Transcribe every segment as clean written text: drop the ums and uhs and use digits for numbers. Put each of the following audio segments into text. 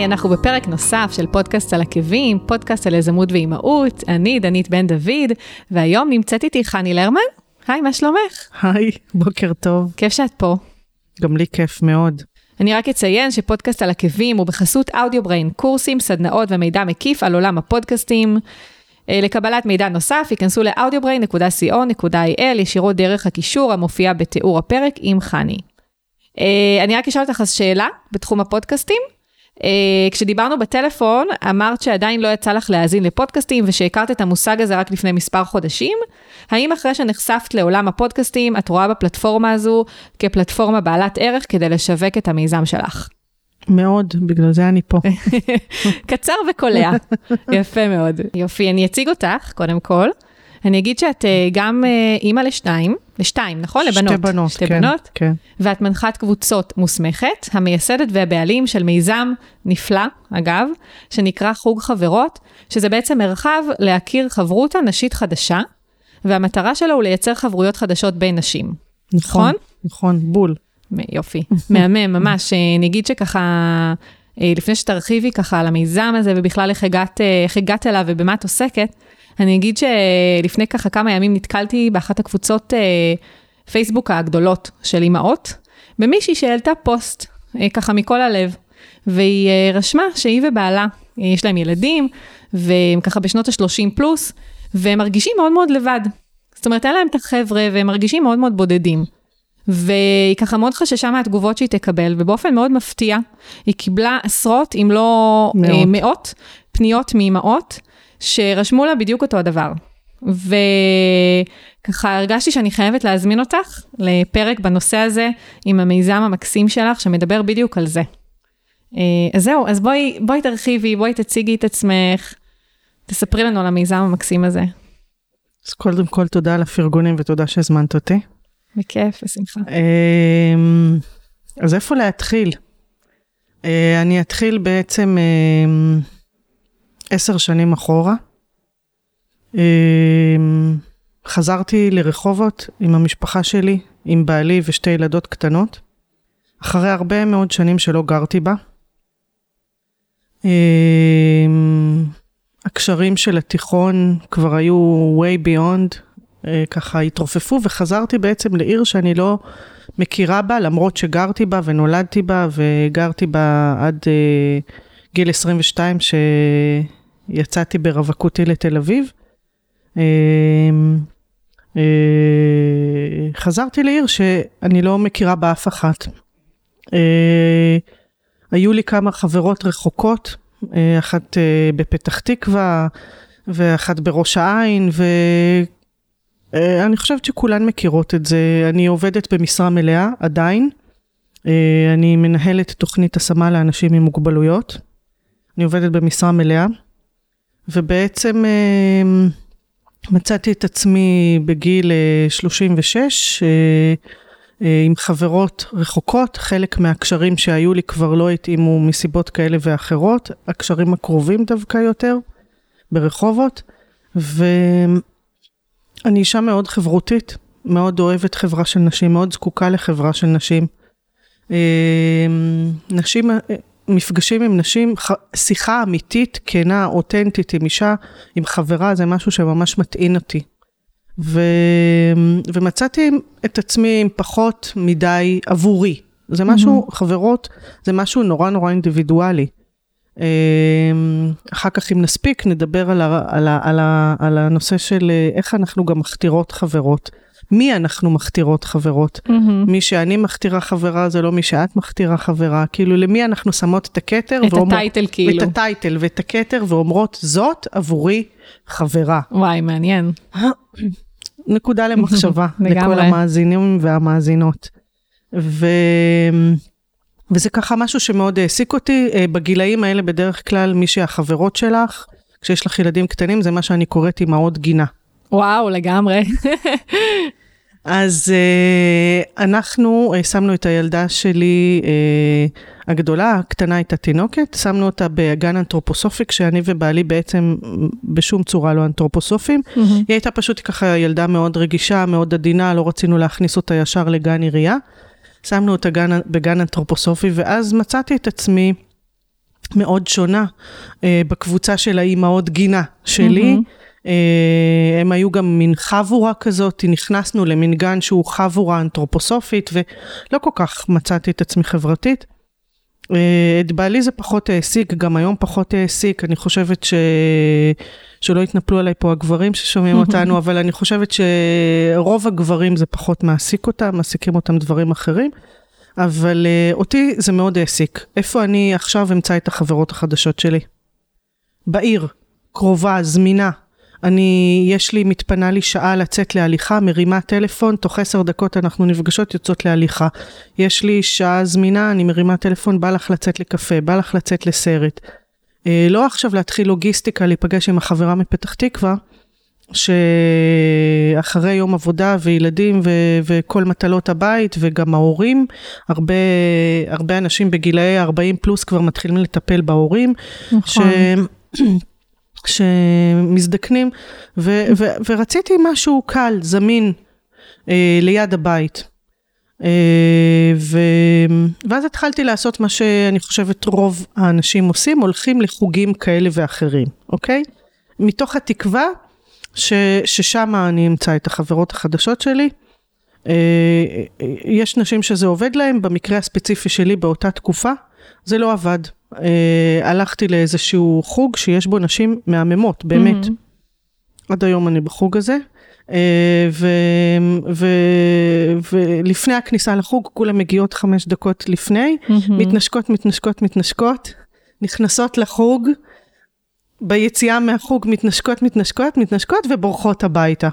אנחנו בפרק נוסף של פודקאסט על עקבים, פודקאסט על יזמות ואימהות. אני דנית בן דוד, והיום נמצאת איתי חני לרמן. היי, מה שלומך? היי, בוקר טוב. כיף שאת פה. גם לי כיף מאוד. אני רק אציין שפודקאסט על עקבים הוא בחסות אודיובריין, קורסים, סדנאות ומידע מקיף על עולם הפודקאסטים. לקבלת מידע נוסף, ייכנסו ל-audiobrain.co.il, ישירות דרך הקישור המופיע בתיאור הפרק עם חני. אני רק אשאל אותך שאלה בתחום הפודקאסטים. כשדיברנו בטלפון, אמרת שעדיין לא יצא לך להאזין לפודקאסטים, ושהכרת את המושג הזה רק לפני מספר חודשים. האם אחרי שנחשפת לעולם הפודקאסטים, את רואה בפלטפורמה הזו כפלטפורמה בעלת ערך כדי לשווק את המיזם שלך? מאוד, בגלל זה אני פה. קצר וקולע. יפה מאוד. יופי, אני אציג אותך, קודם כל. אני אגיד שאת גם אימא לשתיים, נכון? לבנות. שתי בנות, שתי כן, בנות. כן. ואת מנחת קבוצות מוסמכת, המייסדת והבעלים של מיזם נפלא, אגב, שנקרא חוג חברות, שזה בעצם מרחב להכיר חברותה נשית חדשה, והמטרה שלו הוא לייצר חברויות חדשות בין נשים. נכון? נכון, בול. יופי, מהמם, ממש. נגיד שככה, לפני שתרחיבי ככה על המיזם הזה, ובכלל איך הגעת אליו ובמה את עוסקת, אני אגיד שלפני ככה כמה ימים נתקלתי באחת הקבוצות פייסבוק הגדולות של אימהות, במישהי שהעלתה פוסט ככה מכל הלב, והיא רשמה שהיא ובעלה, יש להם ילדים, והם ככה בשנות ה-30 פלוס, והם מרגישים מאוד מאוד לבד. זאת אומרת, אין להם את החבר'ה, והם מרגישים מאוד מאוד בודדים. והיא ככה מאוד חששה מהתגובות שהיא תקבל, ובאופן מאוד מפתיע, היא קיבלה עשרות, אם לא מאות פניות מאימהות, שרשמו לה בדיוק אותו הדבר. וככה הרגשתי שאני חייבת להזמין אותך לפרק בנושא הזה, עם המיזם המקסים שלך, שמדבר בדיוק על זה. אז זהו, אז בואי תרחיבי, בואי תציגי את עצמך, תספרי לנו על המיזם המקסים הזה. אז קודם כל תודה על הפרגונים, ותודה שהזמנת אותי. בכיף, בשמחה. אז איפה להתחיל? אני אתחיל בעצם 10 שנים אחורה. חזרתי לרחובות עם המשפחה שלי, עם בעלי ושתי ילדות קטנות, אחרי הרבה מאוד שנים שלא גרתי בה. הקשרים של התיכון כבר היו way beyond, ככה התרופפו, וחזרתי בעצם לעיר שאני לא מכירה בה, למרות שגרתי בה ונולדתי בה, וגרתי בה עד גיל 22 שיצאתי ברווקותי לתל אביב. חזרתי לעיר שאני לא מכירה בה אף אחת. היו לי כמה חברות רחוקות, אחת בפתח תקווה, ואחת בראש העין, אני חושבת שכולן מכירות את זה. אני עובדת במשרה מלאה עדיין. אני מנהלת תוכנית השמה לאנשים עם מוגבלויות. אני עובדת במשרה מלאה. ובעצם מצאתי את עצמי בגיל 36 עם חברות רחוקות. חלק מהקשרים שהיו לי כבר לא התאימו מסיבות כאלה ואחרות. הקשרים הקרובים דווקא יותר ברחובות. אני אישה מאוד חברותית, מאוד אוהבת חברה של נשים, מאוד זקוקה לחברה של נשים. נשים, מפגשים עם נשים, שיחה אמיתית, כנה, אותנטית עם אישה, עם חברה, זה משהו שממש מטעין אותי. ומצאתי את עצמי עם פחות מדי עבורי. זה משהו, חברות, זה משהו נורא נורא אינדיבידואלי. אחר כך אם נספיק נדבר על הנושא של איך אנחנו גם מכתירות חברות. מי אנחנו מכתירות חברות? מי שאני מכתירה חברה זה לא מי שאת מכתירה חברה. כאילו למי אנחנו שמות את הכתר? את הטייטל כאילו. את הטייטל ואת הכתר ואומרות זאת עבורי חברה. וואי, מעניין. נקודה למחשבה לכל המאזינים והמאזינות. וזה ככה משהו שמאוד העסיק אותי. בגילאים האלה בדרך כלל מי שהחברות שלך, כשיש לך ילדים קטנים, זה מה שאני קוראת אימהות גינה. וואו, לגמרי. אז אנחנו שמנו את הילדה שלי הגדולה, הקטנה הייתה תינוקת, שמנו אותה בגן אנתרופוסופי, כשאני ובעלי בעצם בשום צורה לא אנתרופוסופים. היא הייתה פשוט ככה ילדה מאוד רגישה, מאוד עדינה, לא רצינו להכניס אותה ישר לגן עירייה. שמנו אותה בגן אנתרופוסופי, ואז מצאתי את עצמי מאוד שונה בקבוצה של האימהות גינה שלי. הם היו גם מין חבורה כזאת, נכנסנו למין גן שהוא חבורה אנתרופוסופית, ולא כל כך מצאתי את עצמי חברתית. את בעלי זה פחות העסיק, גם היום פחות העסיק, אני חושבת שלא יתנפלו עליי פה הגברים ששומעים אותנו, אבל אני חושבת שרוב הגברים זה פחות מעסיק אותם, מעסיקים אותם דברים אחרים, אבל אותי זה מאוד העסיק. איפה אני עכשיו אמצא את החברות החדשות שלי? בעיר, קרובה, זמינה. מתפנה לי שעה לצאת להליכה, מרימה טלפון, תוך 10 דקות אנחנו נפגשות, יוצאות להליכה. יש לי שעה זמינה, אני מרימה טלפון, בא לך לצאת לקפה, בא לך לצאת לסרט. לא עכשיו להתחיל לוגיסטיקה, להיפגש עם החברה מפתח תקווה, שאחרי יום עבודה וילדים וכל מטלות הבית, וגם ההורים, הרבה אנשים בגילאי 40 פלוס כבר מתחילים לטפל בהורים, נכון. שמזדקנים, ורציתי משהו קל, זמין, ליד הבית. ואז התחלתי לעשות מה שאני חושבת רוב האנשים עושים, הולכים לחוגים כאלה ואחרים, אוקיי? מתוך התקווה ששם אני אמצא את החברות החדשות שלי. יש נשים שזה עובד להם, במקרה הספציפי שלי באותה תקופה, זה לא עבד. הלכתי לאיזשהו חוג שיש בו נשים מהממות, באמת. עד היום אני בחוג הזה. ולפני הכניסה לחוג, כולם מגיעות 5 דקות לפני, מתנשקות, נכנסות לחוג, ביציאה מהחוג מתנשקות ובורחות הביתה.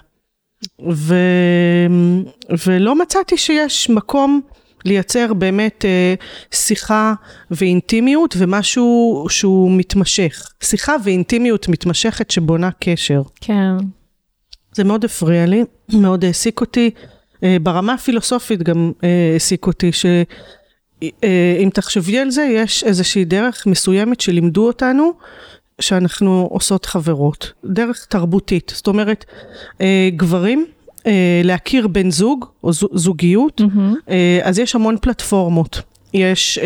ולא מצאתי שיש מקום לייצר באמת שיחה ואינטימיות ומשהו שהוא מתמשך. שיחה ואינטימיות מתמשכת שבונה קשר. כן. זה מאוד הפריע לי, מאוד העסיק אותי. ברמה הפילוסופית גם העסיק אותי, שאם תחשבי על זה, יש איזושהי דרך מסוימת שלימדו אותנו, שאנחנו עושות חברות. דרך תרבותית. זאת אומרת, גברים, להכיר בן זוג או זוגיות, אז יש המון פלטפורמות. יש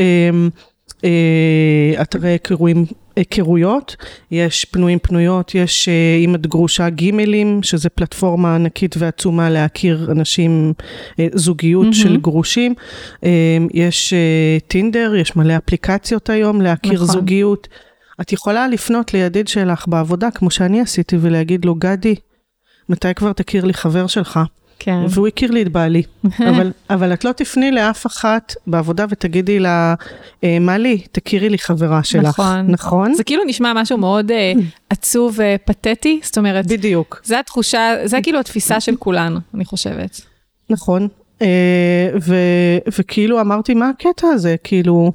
אתרי היכרויות, יש פנויות, יש אם את גרושה גימלים, שזה פלטפורמה ענקית ועצומה להכיר אנשים, זוגיות של גרושים, יש טינדר, יש מלא אפליקציות היום להכיר זוגיות. את יכולה לפנות לידיד שלך בעבודה, כמו שאני עשיתי, ולהגיד לו, גדי, מתי כבר תכיר לי חבר שלך? כן. והוא הכיר לי את בעלי. אבל את לא תפני לאף אחת בעבודה ותגידי לה, מלי, תכירי לי חברה שלך. נכון? זה כאילו נשמע משהו מאוד עצוב ופתטי, זאת אומרת, בדיוק. זה התחושה, זה כאילו התפיסה של כולנו, אני חושבת. נכון. וכאילו אמרתי, מה הקטע הזה? כאילו,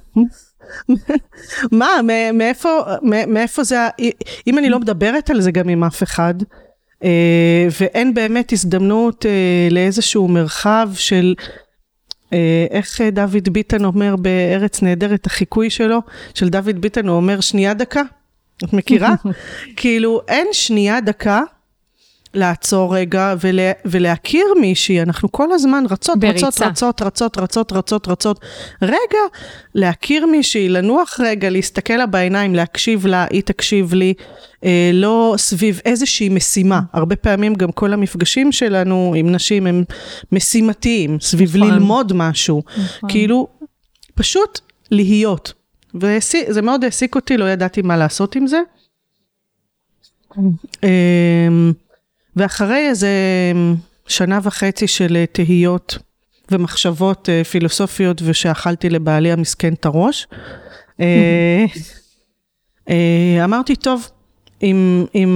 מאיפה זה, אם אני לא מדברת על זה גם עם אף אחד, ואין באמת הזדמנות לאיזשהו מרחב של, איך דוד ביטן אומר בארץ נהדרת, החיקוי שלו, של דוד ביטן, הוא אומר שנייה דקה, את מכירה? כאילו אין שנייה דקה, לעצור רגע ולהכיר מישהי, אנחנו כל הזמן רצות, רגע, להכיר מישהי, לנוח רגע, להסתכל לה בעיניים, להקשיב לה, היא תקשיב לי, לא סביב איזושהי משימה, הרבה פעמים גם כל המפגשים שלנו עם נשים הם משימתיים, סביב ללמוד משהו, כאילו פשוט להיות, וזה מאוד העסיק אותי, לא ידעתי מה לעשות עם זה, ואחרי איזה 1.5 שנה של תהיות ומחשבות פילוסופיות, ושאכלתי לבעלי המסכן את הראש, אמרתי, טוב, אם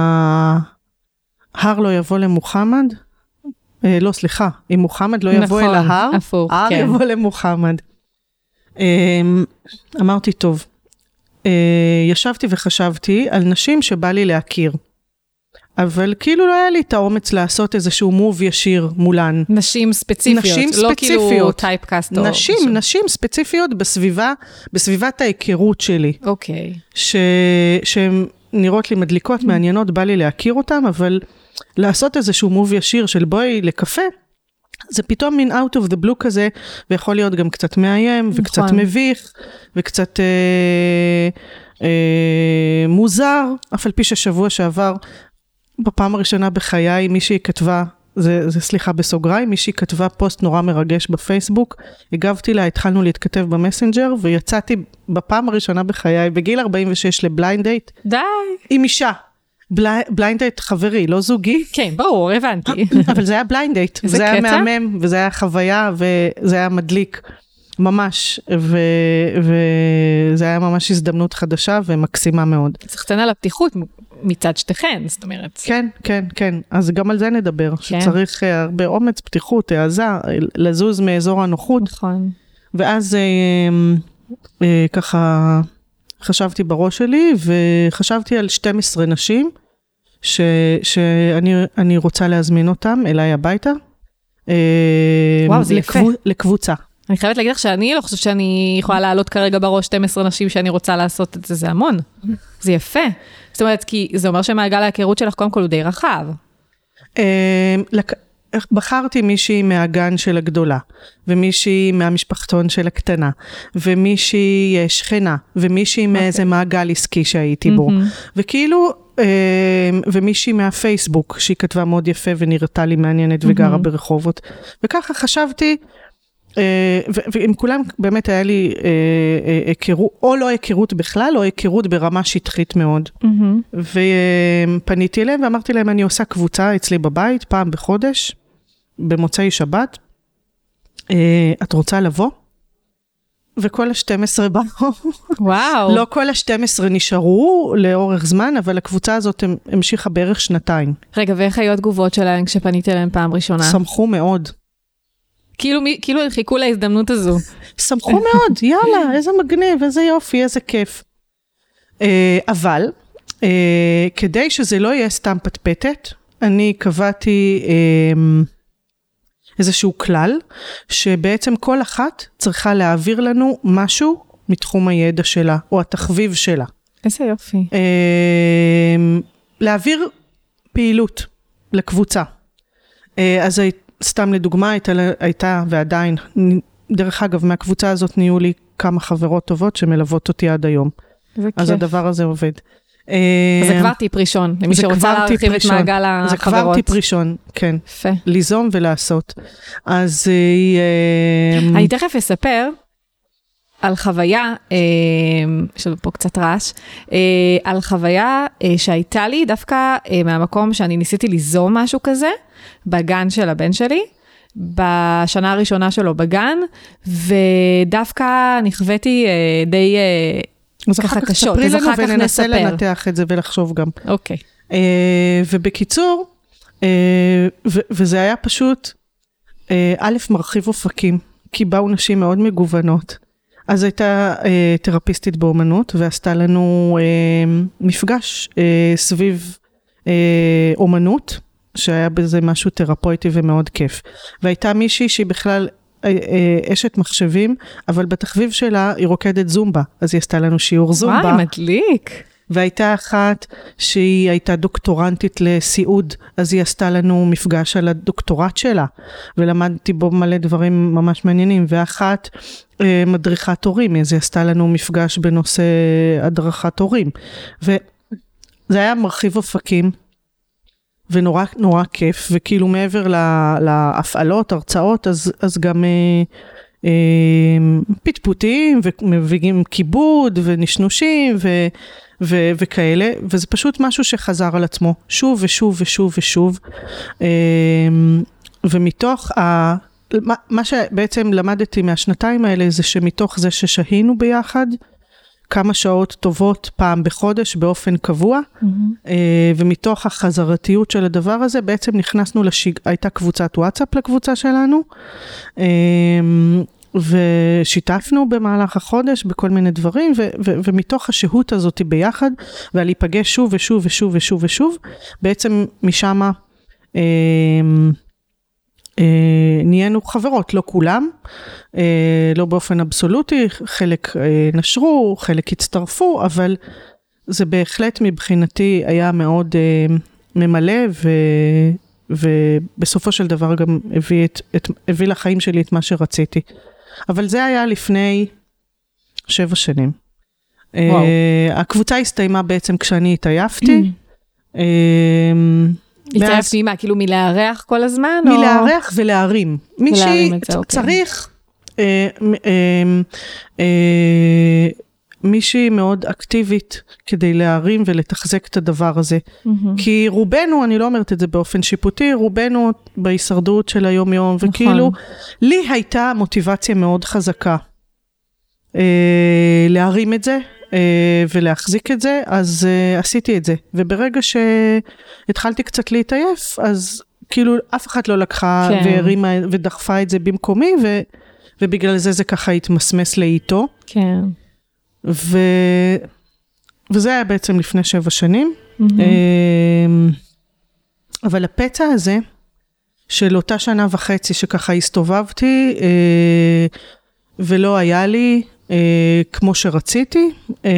ההר לא יבוא למוחמד, לא, סליחה, אם מוחמד לא יבוא אל ההר, ההר יבוא למוחמד. אמרתי, טוב, ישבתי וחשבתי על נשים שבא לי להכיר. אבל כאילו לא היה לי את האומץ לעשות איזשהו מוב ישיר מולן. נשים ספציפיות, לא כאילו טייפקאסט. נשים ספציפיות בסביבת ההיכרות שלי. אוקיי. שהן נראות לי מדליקות, מעניינות, בא לי להכיר אותן, אבל לעשות איזשהו מוב ישיר של בואי לקפה, זה פתאום מין out of the blue כזה, ויכול להיות גם קצת מאיים, וקצת מביך, וקצת מוזר, אף על פי ששבוע שעבר, בפעם הראשונה בחיי, מישהי כתבה, זה סליחה בסוגריים, מישהי כתבה פוסט נורא מרגש בפייסבוק, הגבתי לה, התחלנו להתכתב במסנג'ר, ויצאתי בפעם הראשונה בחיי, בגיל 46 לבליינד דייט. די. עם אישה. בליינד דייט חברי, לא זוגי. כן, ברור, הבנתי. אבל זה היה בליינד דייט, וזה היה מהמם, וזה היה חוויה, וזה היה מדליק, ממש, וזה היה ממש הזדמנות חדשה, ומקסימה מאוד. סחטן על הפתיחות מצד שתיכן, זאת אומרת. כן, כן, כן, אז גם על זה נדבר, שצריך הרבה אומץ, פתיחות, העזה, לזוז מאזור הנוחות. נכון. ואז ככה חשבתי בראש שלי, וחשבתי על 12 נשים, שאני רוצה להזמין אותם אליי הביתה. וואו, זה יפה. לקבוצה. אני חייבת להגיד לך שאני לא חושבת שאני יכולה לעלות כרגע בראש 12 נשים שאני רוצה לעשות את זה, זה המון. זה יפה. זאת אומרת, כי זה אומר שמעגל ההיכרות שלך קודם כל הוא די רחב. בחרתי מישהי מהגן של הגדולה, ומישהי מהמשפחתון של הקטנה, ומישהי שכנה, ומישהי מאיזה מעגל עסקי שהייתי בו. וכאילו, ומישהי מהפייסבוק, שהיא כתבה מאוד יפה ונראתה לי מעניינת וגרה ברחובות. וככה חשבתי, ועם כולם באמת היה לי היכרות, או לא היכרות בכלל, או היכרות ברמה שטחית מאוד. ופניתי אליהם ואמרתי להם, אני עושה קבוצה אצלי בבית, פעם בחודש, במוצאי שבת. את רוצה לבוא? וכל ה-12 באו. וואו. לא כל ה-12 נשארו לאורך זמן, אבל הקבוצה הזאת המשיכה בערך 2 רגע, ואיך היו התגובות שלהם כשפניתי אליהם פעם ראשונה? שמחו מאוד. כאילו הם חיכו להזדמנות הזו. שמחו מאוד, יאללה, איזה מגניב, איזה יופי, איזה כיף. אבל, כדי שזה לא יהיה סתם פטפטת, אני קבעתי איזשהו כלל, שבעצם כל אחת צריכה להעביר לנו משהו מתחום הידע שלה, או התחביב שלה. איזה יופי. להעביר פעילות לקבוצה. אז סתם לדוגמה, הייתה ועדיין, דרך אגב, מהקבוצה הזאת נהיו לי כמה חברות טובות שמלוות אותי עד היום. אז הדבר הזה עובד. זה כבר טיפ ראשון, למי שרוצה להרחיב את מעגל החברות. זה כבר טיפ ראשון, כן. יפה. ליזום ולעשות. אז אני תכף אספר על חוויה, יש לנו פה קצת רעש, על חוויה שהייתה לי דווקא מהמקום שאני ניסיתי ליזום משהו כזה, בגן של הבן שלי, בשנה הראשונה שלו בגן, ודווקא נכוויתי די ככה קשות. אז אחר כך וננסה לנתח את זה ולחשוב גם. אוקיי. ובקיצור, וזה היה פשוט, א', מרחיב אופקים, כי באו נשים מאוד מגוונות. אז הייתה תרפיסטית באומנות, ועשתה לנו מפגש סביב אומנות, שהיה בזה משהו תרפויטי ומאוד כיף. והייתה מישהי שהיא בכלל אשת מחשבים, אבל בתחביב שלה היא רוקדת זומבה, אז היא עשתה לנו שיעור זומבה. וואי, מדליק. והייתה אחת שהיא הייתה דוקטורנטית לסיעוד, אז היא עשתה לנו מפגש על הדוקטורט שלה, ולמדתי בו מלא דברים ממש מעניינים, ואחת מדריכת הורים, אז היא עשתה לנו מפגש בנושא הדרכת הורים. וזה היה מרחיב אופקים, ונורא נורא כיף, וכאילו מעבר להפעלות, הרצאות, אז גם פטפוטים, ומביאים כיבוד, ונשנושים, וכאלה, וזה פשוט משהו שחזר על עצמו, שוב ושוב ושוב ושוב, ומתוך מה שבעצם למדתי מהשנתיים האלה, זה שמתוך זה ששהינו ביחד, כמה שעות טובות פעם בחודש באופן קבוע, ומתוך החזרתיות של הדבר הזה, בעצם נכנסנו הייתה קבוצת וואטסאפ לקבוצה שלנו, ושיתפנו במהלך החודש בכל מיני דברים, ומתוך השהות הזאת ביחד, ולהיפגש שוב ושוב ושוב ושוב ושוב, בעצם משם נהיינו חברות, לא כולם, לא באופן אבסולוטי, חלק נשרו, חלק הצטרפו, אבל זה בהחלט מבחינתי היה מאוד ממלא ובסופו של דבר גם הביא לחיים שלי את מה שרציתי. אבל זה היה לפני 7 שנים. הקבוצה הסתיימה בעצם כשאני התעייפתי. התעייפת ממה? כאילו מלהערך כל הזמן? מלהערך ולהרים. מי שצריך, מישהי מאוד אקטיבית כדי להרים ולתחזק את הדבר הזה. כי רובנו, אני לא אומרת את זה באופן שיפוטי, רובנו בהישרדות של היום יום, וכאילו, לי הייתה מוטיבציה מאוד חזקה להרים את זה, ולהחזיק את זה, אז עשיתי את זה. וברגע שהתחלתי קצת להתעייף, אז כאילו אף אחד לא לקחה והרימה ודחפה את זה במקומי, ובגלל זה ככה התמסמס לאיתו. כן. וזה היה בעצם לפני 7 שנים. אבל הפצע הזה, של אותה 1.5 שנה שככה הסתובבתי, ולא היה לי כמו שרציתי,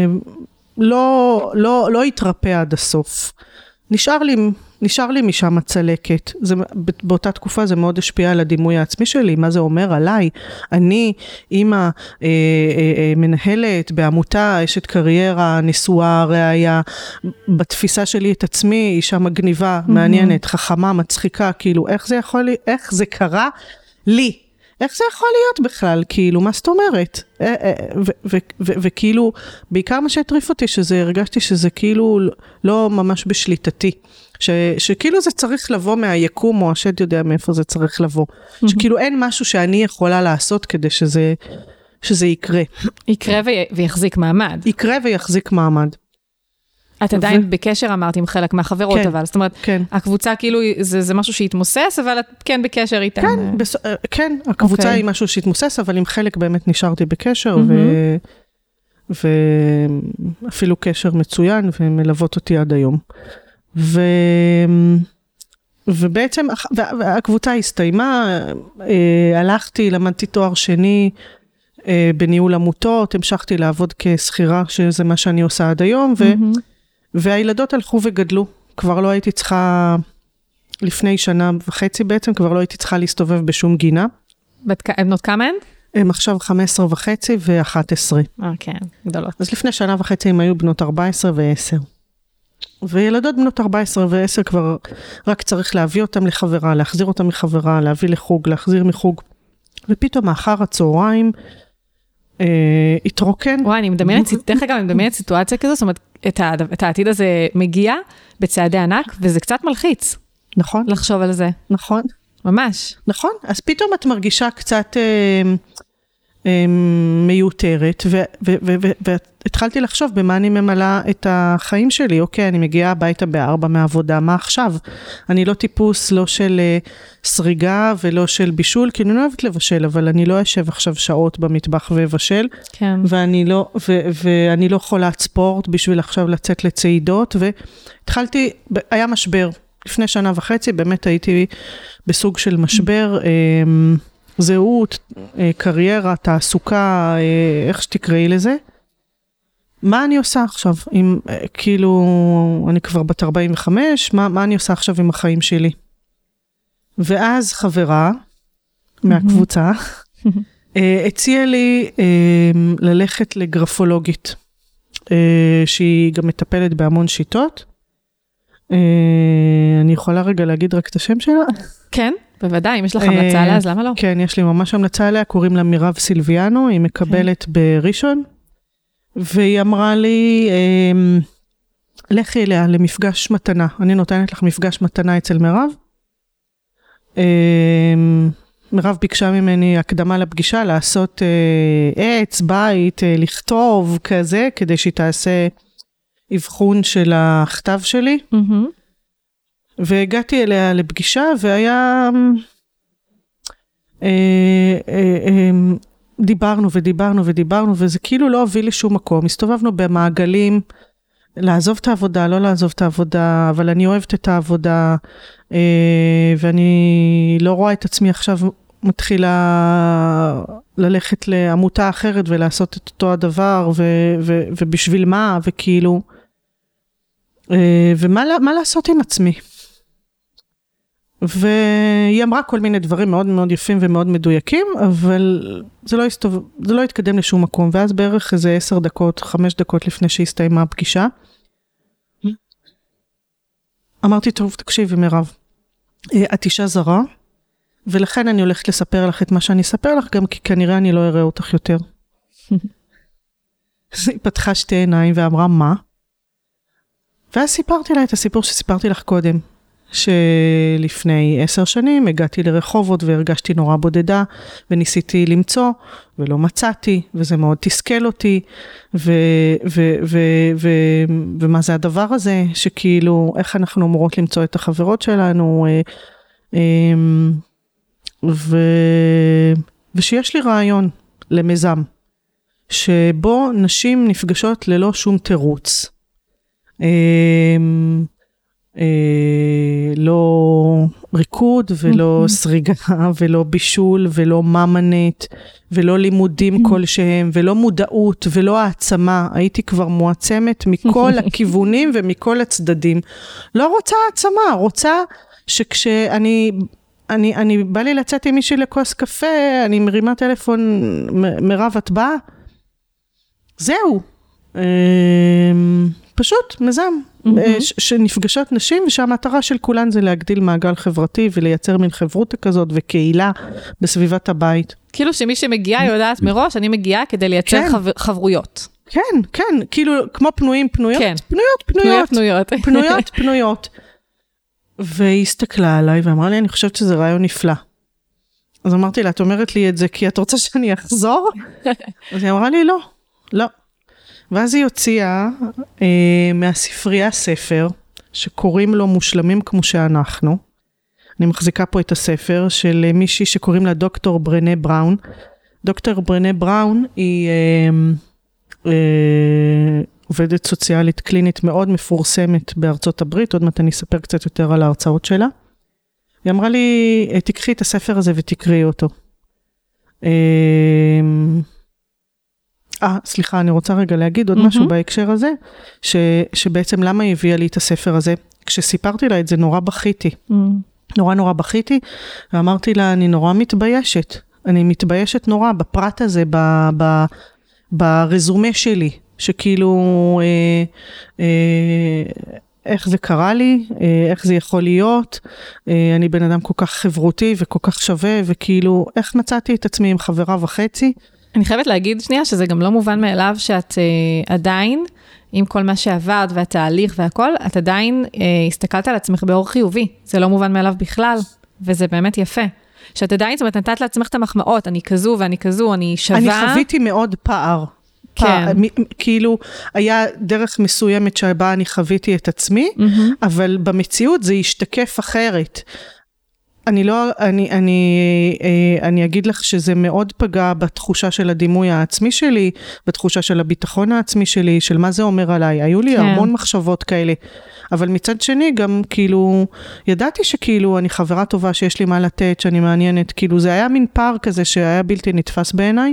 לא התרפא עד הסוף. נשאר לי משם הצלקת. באותה תקופה זה מאוד השפיע על הדימוי העצמי שלי, מה זה אומר עליי. אני, אמא, מנהלת בעמותה, אשת קריירה, נשואה, ראיה, בתפיסה שלי את עצמי, אישה מגניבה, מעניינת, חכמה, מצחיקה, כאילו, איך זה קרה לי? איך זה יכול להיות בכלל? כאילו, מה זאת אומרת? וכאילו, בעיקר מה שהטריף אותי, הרגשתי שזה כאילו לא ממש בשליטתי. שכאילו זה צריך לבוא מהיקום, או השד יודע מאיפה זה צריך לבוא. שכאילו אין משהו שאני יכולה לעשות כדי שזה יקרה. יקרה ויחזיק מעמד. יקרה ויחזיק מעמד. את עדיין בקשר אמרת עם חלק מהחברות, אבל זאת אומרת, הקבוצה כאילו זה משהו שהתמוסס, אבל את כן בקשר איתם. כן, הקבוצה היא משהו שהתמוסס, אבל עם חלק באמת נשארתי בקשר, ואפילו קשר מצוין, ומלוות אותי עד היום. ובעצם הקבוצה הסתיימה, הלכתי, למדתי תואר שני בניהול עמותות, המשכתי לעבוד כשכירה, שזה מה שאני עושה עד היום, והילדות הלכו וגדלו. כבר לא הייתי צריכה, לפני 1.5 שנה בעצם, כבר לא הייתי צריכה להסתובב בשום גינה. בנות כמה הן? הם עכשיו 15.5 ו-11. כן, גדולות. אז לפני 1.5 שנה הם היו בנות 14 ו-10. וילדות בנות 14 ו-10 כבר רק צריך להביא אותם לחברה, להחזיר אותם מחברה, להביא לחוג, להחזיר מחוג. ופתאום מאחר הצהריים התרוקן. וואי, אני מדמיינת סיטואציה כזו, זאת אומרת, את העתיד הזה מגיע בצעדי ענק, וזה קצת מלחיץ. נכון. לחשוב על זה. נכון. ממש. נכון. אז פתאום את מרגישה קצת מיותרת, והתחלתי לחשוב במה אני ממלאה את החיים שלי. אוקיי, אני מגיעה הביתה ב-4 מהעבודה, מה עכשיו? אני לא טיפוס, לא של סריגה ולא של בישול, כי אני לא אוהבת לבשל, אבל אני לא אשב עכשיו שעות במטבח ובשל, כן. ואני לא חולת ספורט בשביל עכשיו לצאת לצעידות, והתחלתי, היה משבר. לפני 1.5 שנה, באמת הייתי בסוג של משבר, זהות, קריירה, תעסוקה, איך שתקראי לזה. מה אני עושה עכשיו? כאילו, אני כבר בת 45, מה אני עושה עכשיו עם החיים שלי? ואז חברה מהקבוצה הציעה לי ללכת לגרפולוגית, שהיא גם מטפלת בהמון שיטות. אני יכולה רגע להגיד רק את השם שלה? כן. בוודאי, אם יש לך המלצה עליה, אז למה לא? כן, יש לי ממש המלצה עליה, קוראים לה מירב סילביאנו, היא מקבלת בראשון, והיא אמרה לי, לכי אליה למפגש מתנה, אני נותנת לך מפגש מתנה אצל מירב, מירב ביקשה ממני הקדמה לפגישה, לעשות עץ, בית, לכתוב כזה, כדי שהיא תעשה אבחון של הכתב שלי, והגעתי אליה לפגישה, והיה, דיברנו, וזה כאילו לא הוביל לשום מקום. הסתובבנו במעגלים, לעזוב את העבודה, לא לעזוב את העבודה, אבל אני אוהבת את העבודה, ואני לא רואה את עצמי עכשיו מתחילה ללכת לעמותה אחרת, ולעשות את אותו הדבר, ובשביל מה, וכאילו, ומה לעשות עם עצמי? והיא אמרה כל מיני דברים מאוד מאוד יפים ומאוד מדויקים, אבל זה לא התקדם לשום מקום, ואז בערך איזה 10 דקות, 5 דקות לפני שהסתיימה הפגישה, אמרתי, טוב, תקשיבי מירב, את אישה זרה, ולכן אני הולכת לספר לך את מה שאני אספר לך, גם כי כנראה אני לא אראה אותך יותר. אז היא פתחה שתי עיניים ואמרה, מה? ואז סיפרתי לה את הסיפור שסיפרתי לך קודם, שלפני 10 שנים הגעתי לרחובות והרגשתי נורא בודדה, וניסיתי למצוא, ולא מצאתי, וזה מאוד תסכל אותי, ומה זה הדבר הזה, שכאילו, איך אנחנו אמורות למצוא את החברות שלנו, ושיש לי רעיון למיזם, שבו נשים נפגשות ללא שום תירוץ. לא ריקוד ולא סריגה ולא בישול ולא ממנט ולא לימודים כלשהם ולא מודעות ולא העצמה. הייתי כבר מועצמת מכל הכיוונים ומכל הצדדים. לא רוצה העצמה, רוצה שכשאני בא לי לצאת עם מישהי לכוס קפה, אני מרימה טלפון, מירב את באה? זהו. פשוט מיזם, שנפגשות נשים, ושהמטרה של כולן זה להגדיל מעגל חברתי, ולייצר מין חברות כזאת, וקהילה בסביבת הבית. כאילו שמי שמגיעה יודעת מראש, אני מגיעה כדי לייצר חברויות. כן, כן, כאילו כמו פנויים, פנויות, כן. פנויות. והיא הסתכלה עליי, ואמרה לי, אני חושבת שזה רעיון נפלא. אז אמרתי לה, את אומרת לי את זה, כי את רוצה שאני אחזור? אז היא אמרה לי, לא. ואז היא הוציאה מהספרייה ספר, שקוראים לו מושלמים כמו שאנחנו. אני מחזיקה פה את הספר של מישהי שקוראים לה דוקטור ברנה בראון. דוקטור ברנה בראון היא עובדת סוציאלית קלינית מאוד מפורסמת בארצות הברית, עוד מעט אני אספר קצת יותר על ההרצאות שלה. היא אמרה לי, תקחי את הספר הזה ותקראי אותו. סליחה, אני רוצה רגע להגיד עוד משהו בהקשר הזה, שבעצם למה היא הביאה לי את הספר הזה? כשסיפרתי לה את זה נורא בכיתי, נורא בכיתי, ואמרתי לה, אני נורא מתביישת, אני מתביישת נורא בפרט הזה, ברזומה שלי, שכאילו, איך זה קרה לי, איך זה יכול להיות, אני בן אדם כל כך חברותי וכל כך שווה, וכאילו, איך מצאתי את עצמי עם חברה וחצי, אני חייבת להגיד שנייה שזה גם לא מובן מאליו שאת עדיין, עם כל מה שעברת והתהליך והכל, את עדיין הסתכלת על עצמך באור חיובי. זה לא מובן מאליו בכלל, וזה באמת יפה. שאת עדיין, זאת אומרת, נתת לעצמך את המחמאות, אני כזו ואני כזו, אני שווה. אני חוויתי מאוד פער. כן. כאילו, היה דרך מסוימת שבה אני חוויתי את עצמי, אבל במציאות זה ישתקף אחרת. אני אגיד לך שזה מאוד פגע בתחושה של הדימוי העצמי שלי, בתחושה של הביטחון העצמי שלי, של מה זה אומר עליי. היו לי המון מחשבות כאלה, אבל מצד שני גם כאילו, ידעתי שכאילו אני חברה טובה שיש לי מה לתת, שאני מעניינת, כאילו זה היה מין פער כזה שהיה בלתי נתפס בעיניי,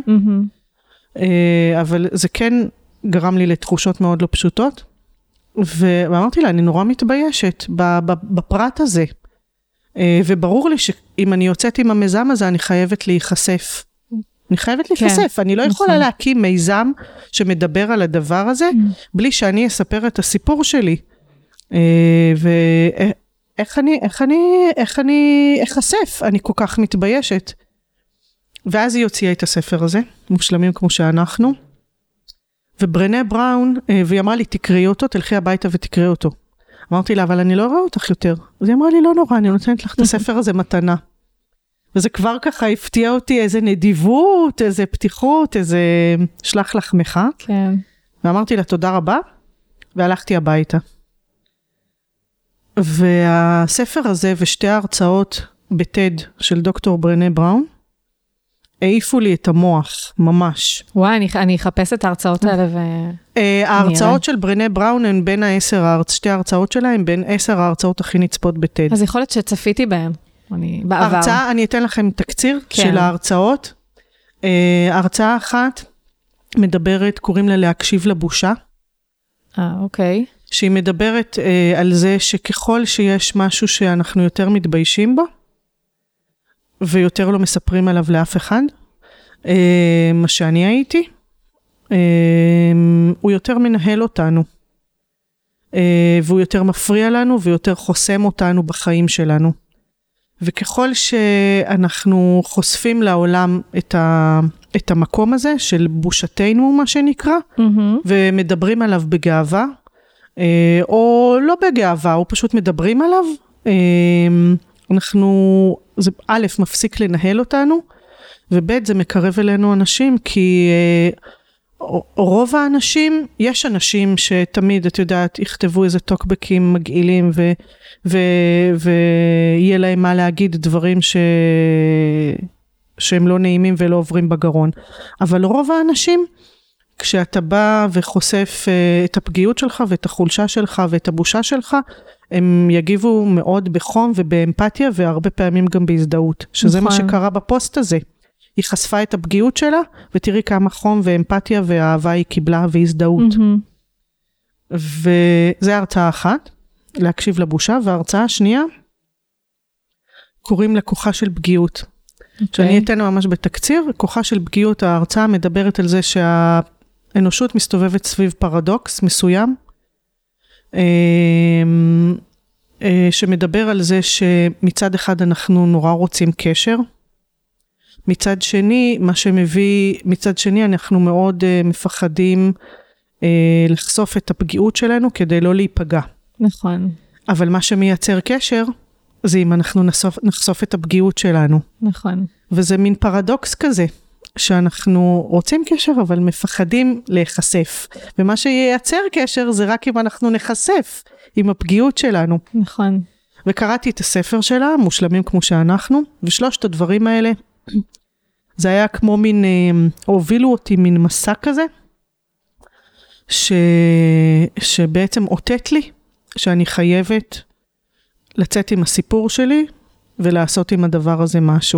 אבל זה כן גרם לי לתחושות מאוד לא פשוטות, ואמרתי לה, אני נורא מתביישת בפרט הזה, וברור לי שאם אני יוצאת עם המיזם הזה, אני חייבת להיחשף. אני חייבת להיחשף. אני לא יכולה להקים מיזם שמדבר על הדבר הזה, בלי שאני אספר את הסיפור שלי. ואיך אני אחשף? אני כל כך מתביישת. ואז היא הוציאה את הספר הזה, מושלמים כמו שאנחנו. וברנה בראון, והיא אמרה לי, תקראי אותו, תלכי הביתה ותקראי אותו. אמרתי לה, אבל אני לא רואה אותך יותר. אז היא אמרה לי, לא נורא, אני נותנת לך את הספר הזה מתנה. וזה כבר ככה הפתיע אותי, איזה נדיבות, איזה פתיחות, איזה שלח לחמך. כן. ואמרתי לה, תודה רבה, והלכתי הביתה. והספר הזה ושתי ההרצאות בטד של דוקטור ברנה בראון, העיפו לי את המוח, ממש. וואי, אני אחפש את ההרצאות האלה ההרצאות של ברנה בראון הן בין שתי ההרצאות שלהם, בין 10 ההרצאות הכי נצפות בטד. אז יכול להיות שצפיתי בהן, בעבר. הרצאה, אני אתן לכם תקציר של ההרצאות. הרצאה אחת מדברת, קוראים לה להקשיב לבושה. אוקיי. שהיא מדברת על זה שככל שיש משהו שאנחנו יותר מתביישים בו, ויותר לא מספרים עליו לאף אחד, מה שאני הייתי, הוא יותר מנהל אותנו, והוא יותר מפריע לנו, ויותר חוסם אותנו בחיים שלנו. וככל שאנחנו חושפים לעולם את המקום הזה, של בושתנו, מה שנקרא, ומדברים עליו בגאווה, או לא בגאווה, או פשוט מדברים עליו, זה א', מפסיק לנהל אותנו, וב', זה מקרב אלינו אנשים, כי רוב האנשים, יש אנשים שתמיד, את יודעת, יכתבו איזה טוקבקים מגעילים, ויהיה להם מה להגיד דברים שהם לא נעימים ולא עוברים בגרון. אבל רוב האנשים, כשאתה בא וחושף את הפגיעות שלך ואת החולשה שלך ואת הבושה שלך, הם יגיבו מאוד בחום ובאמפתיה, והרבה פעמים גם בהזדהות, שזה מה שקרה בפוסט הזה. היא חשפה את הפגיעות שלה, ותראי כמה חום ואמפתיה והאהבה היא קיבלה והזדהות. וזה הרצאה אחת, להקשיב לבושה, וההרצאה השנייה, קוראים לה כוחה של פגיעות. שאני אתן ממש בתקציר, כוחה של פגיעות, ההרצאה מדברת על זה שהאנושות מסתובבת סביב פרדוקס מסוים, שמדבר על זה שמצד אחד אנחנו נורא רוצים קשר, מצד שני, מצד שני אנחנו מאוד מפחדים לחשוף את הפגיעות שלנו כדי לא להיפגע. נכון. אבל מה שמייצר קשר, זה אם אנחנו נחשוף את הפגיעות שלנו. נכון. וזה מין פרדוקס כזה, שאנחנו רוצים קשר, אבל מפחדים להיחשף. ומה שייצר קשר, זה רק אם אנחנו נחשף עם הפגיעות שלנו. נכון. וקראתי את הספר שלה, מושלמים כמו שאנחנו, ושלושת הדברים האלה, זה היה כמו מין, הובילו אותי מין מסע כזה, שבעצם אותת לי, שאני חייבת לצאת עם הסיפור שלי, ולעשות עם הדבר הזה משהו.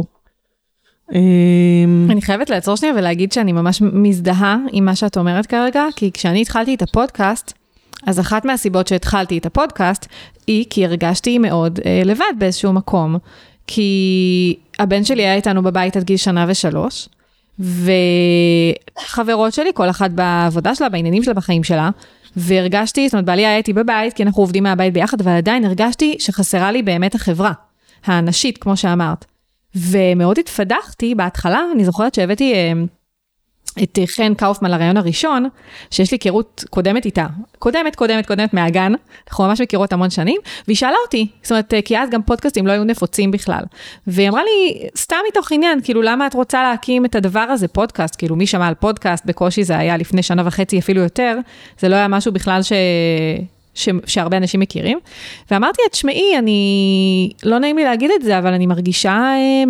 אני חייבת לעצור שנייה ולהגיד שאני ממש מזדהה עם מה שאת אומרת כרגע, כי כשאני התחלתי את הפודקאסט, אז אחת מהסיבות שהתחלתי את הפודקאסט, היא כי הרגשתי מאוד לבד באיזשהו מקום, כי הבן שלי היה איתנו בבית עד גיל 1 ו3, וחברות שלי, כל אחת בעבודה שלה, בעניינים שלה, בחיים שלה, והרגשתי, זאת אומרת, בעלי היה איתי בבית, כי אנחנו עובדים מהבית ביחד, אבל עדיין הרגשתי שחסרה לי באמת החברה, האנשית, כמו שאמרת. ומאוד התפדחתי בהתחלה, אני זוכרת שהבאתי את חן קאופמן לרעיון הראשון, שיש לי היכרות קודמת איתה, קודמת מהגן, אנחנו ממש מכירות המון שנים, והיא שאלה אותי, זאת אומרת, כי אז גם פודקאסטים לא היו נפוצים בכלל, והיא אמרה לי, סתם מתוך עניין, כאילו למה את רוצה להקים את הדבר הזה, פודקאסט, כאילו מי שמע על פודקאסט, בקושי זה היה לפני 1.5 שנה אפילו יותר, זה לא היה משהו בכלל שהרבה אנשים מכירים, ואמרתי, תשמעי, אני, לא נעים לי להגיד את זה, אבל אני מרגישה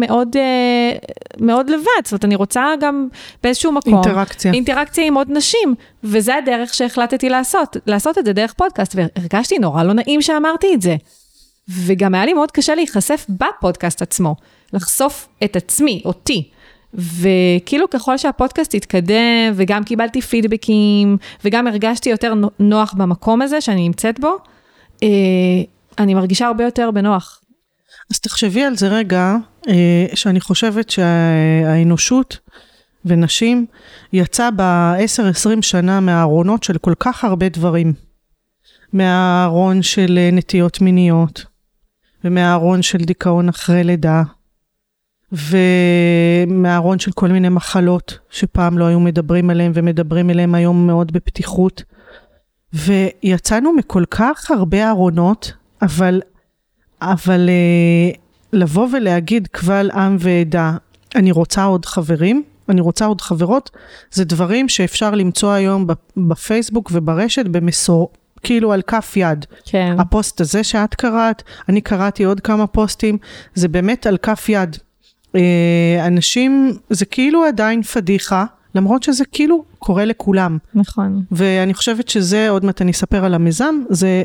מאוד לבד, זאת אומרת, אני רוצה גם באיזשהו מקום, אינטראקציה עם עוד נשים, וזה הדרך שהחלטתי לעשות את זה דרך פודקאסט, והרגשתי נורא לא נעים שאמרתי את זה, וגם היה לי מאוד קשה להיחשף בפודקאסט עצמו, לחשוף את עצמי, אותי, וכאילו ככל שהפודקאסט התקדם, וגם קיבלתי פידבקים, וגם הרגשתי יותר נוח במקום הזה שאני נמצאת בו, אני מרגישה הרבה יותר בנוח. אז תחשבי על זה רגע, שאני חושבת שהאנושות ונשים יצא ב10-20 שנה מהארונות של כל כך הרבה דברים. מהארון של נטיות מיניות, ומהארון של דיכאון אחרי לידה, ומהארון של כל מיני מחלות שפעם לא היו מדברים עליהם, ומדברים עליהם היום מאוד בפתיחות. ויצאנו מכל כך הרבה ארונות, אבל לבוא ולהגיד קבל עם ועדה, אני רוצה עוד חברים, אני רוצה עוד חברות, זה דברים שאפשר למצוא היום בפייסבוק וברשת כאילו על כף יד. כן. הפוסט הזה שאת קראת, אני קראתי עוד כמה פוסטים, זה באמת על כף יד. אנשים, זה כאילו עדיין פדיחה, למרות שזה כאילו קורה לכולם. נכון. ואני חושבת שזה, עוד מעט אני אספר על המיזם,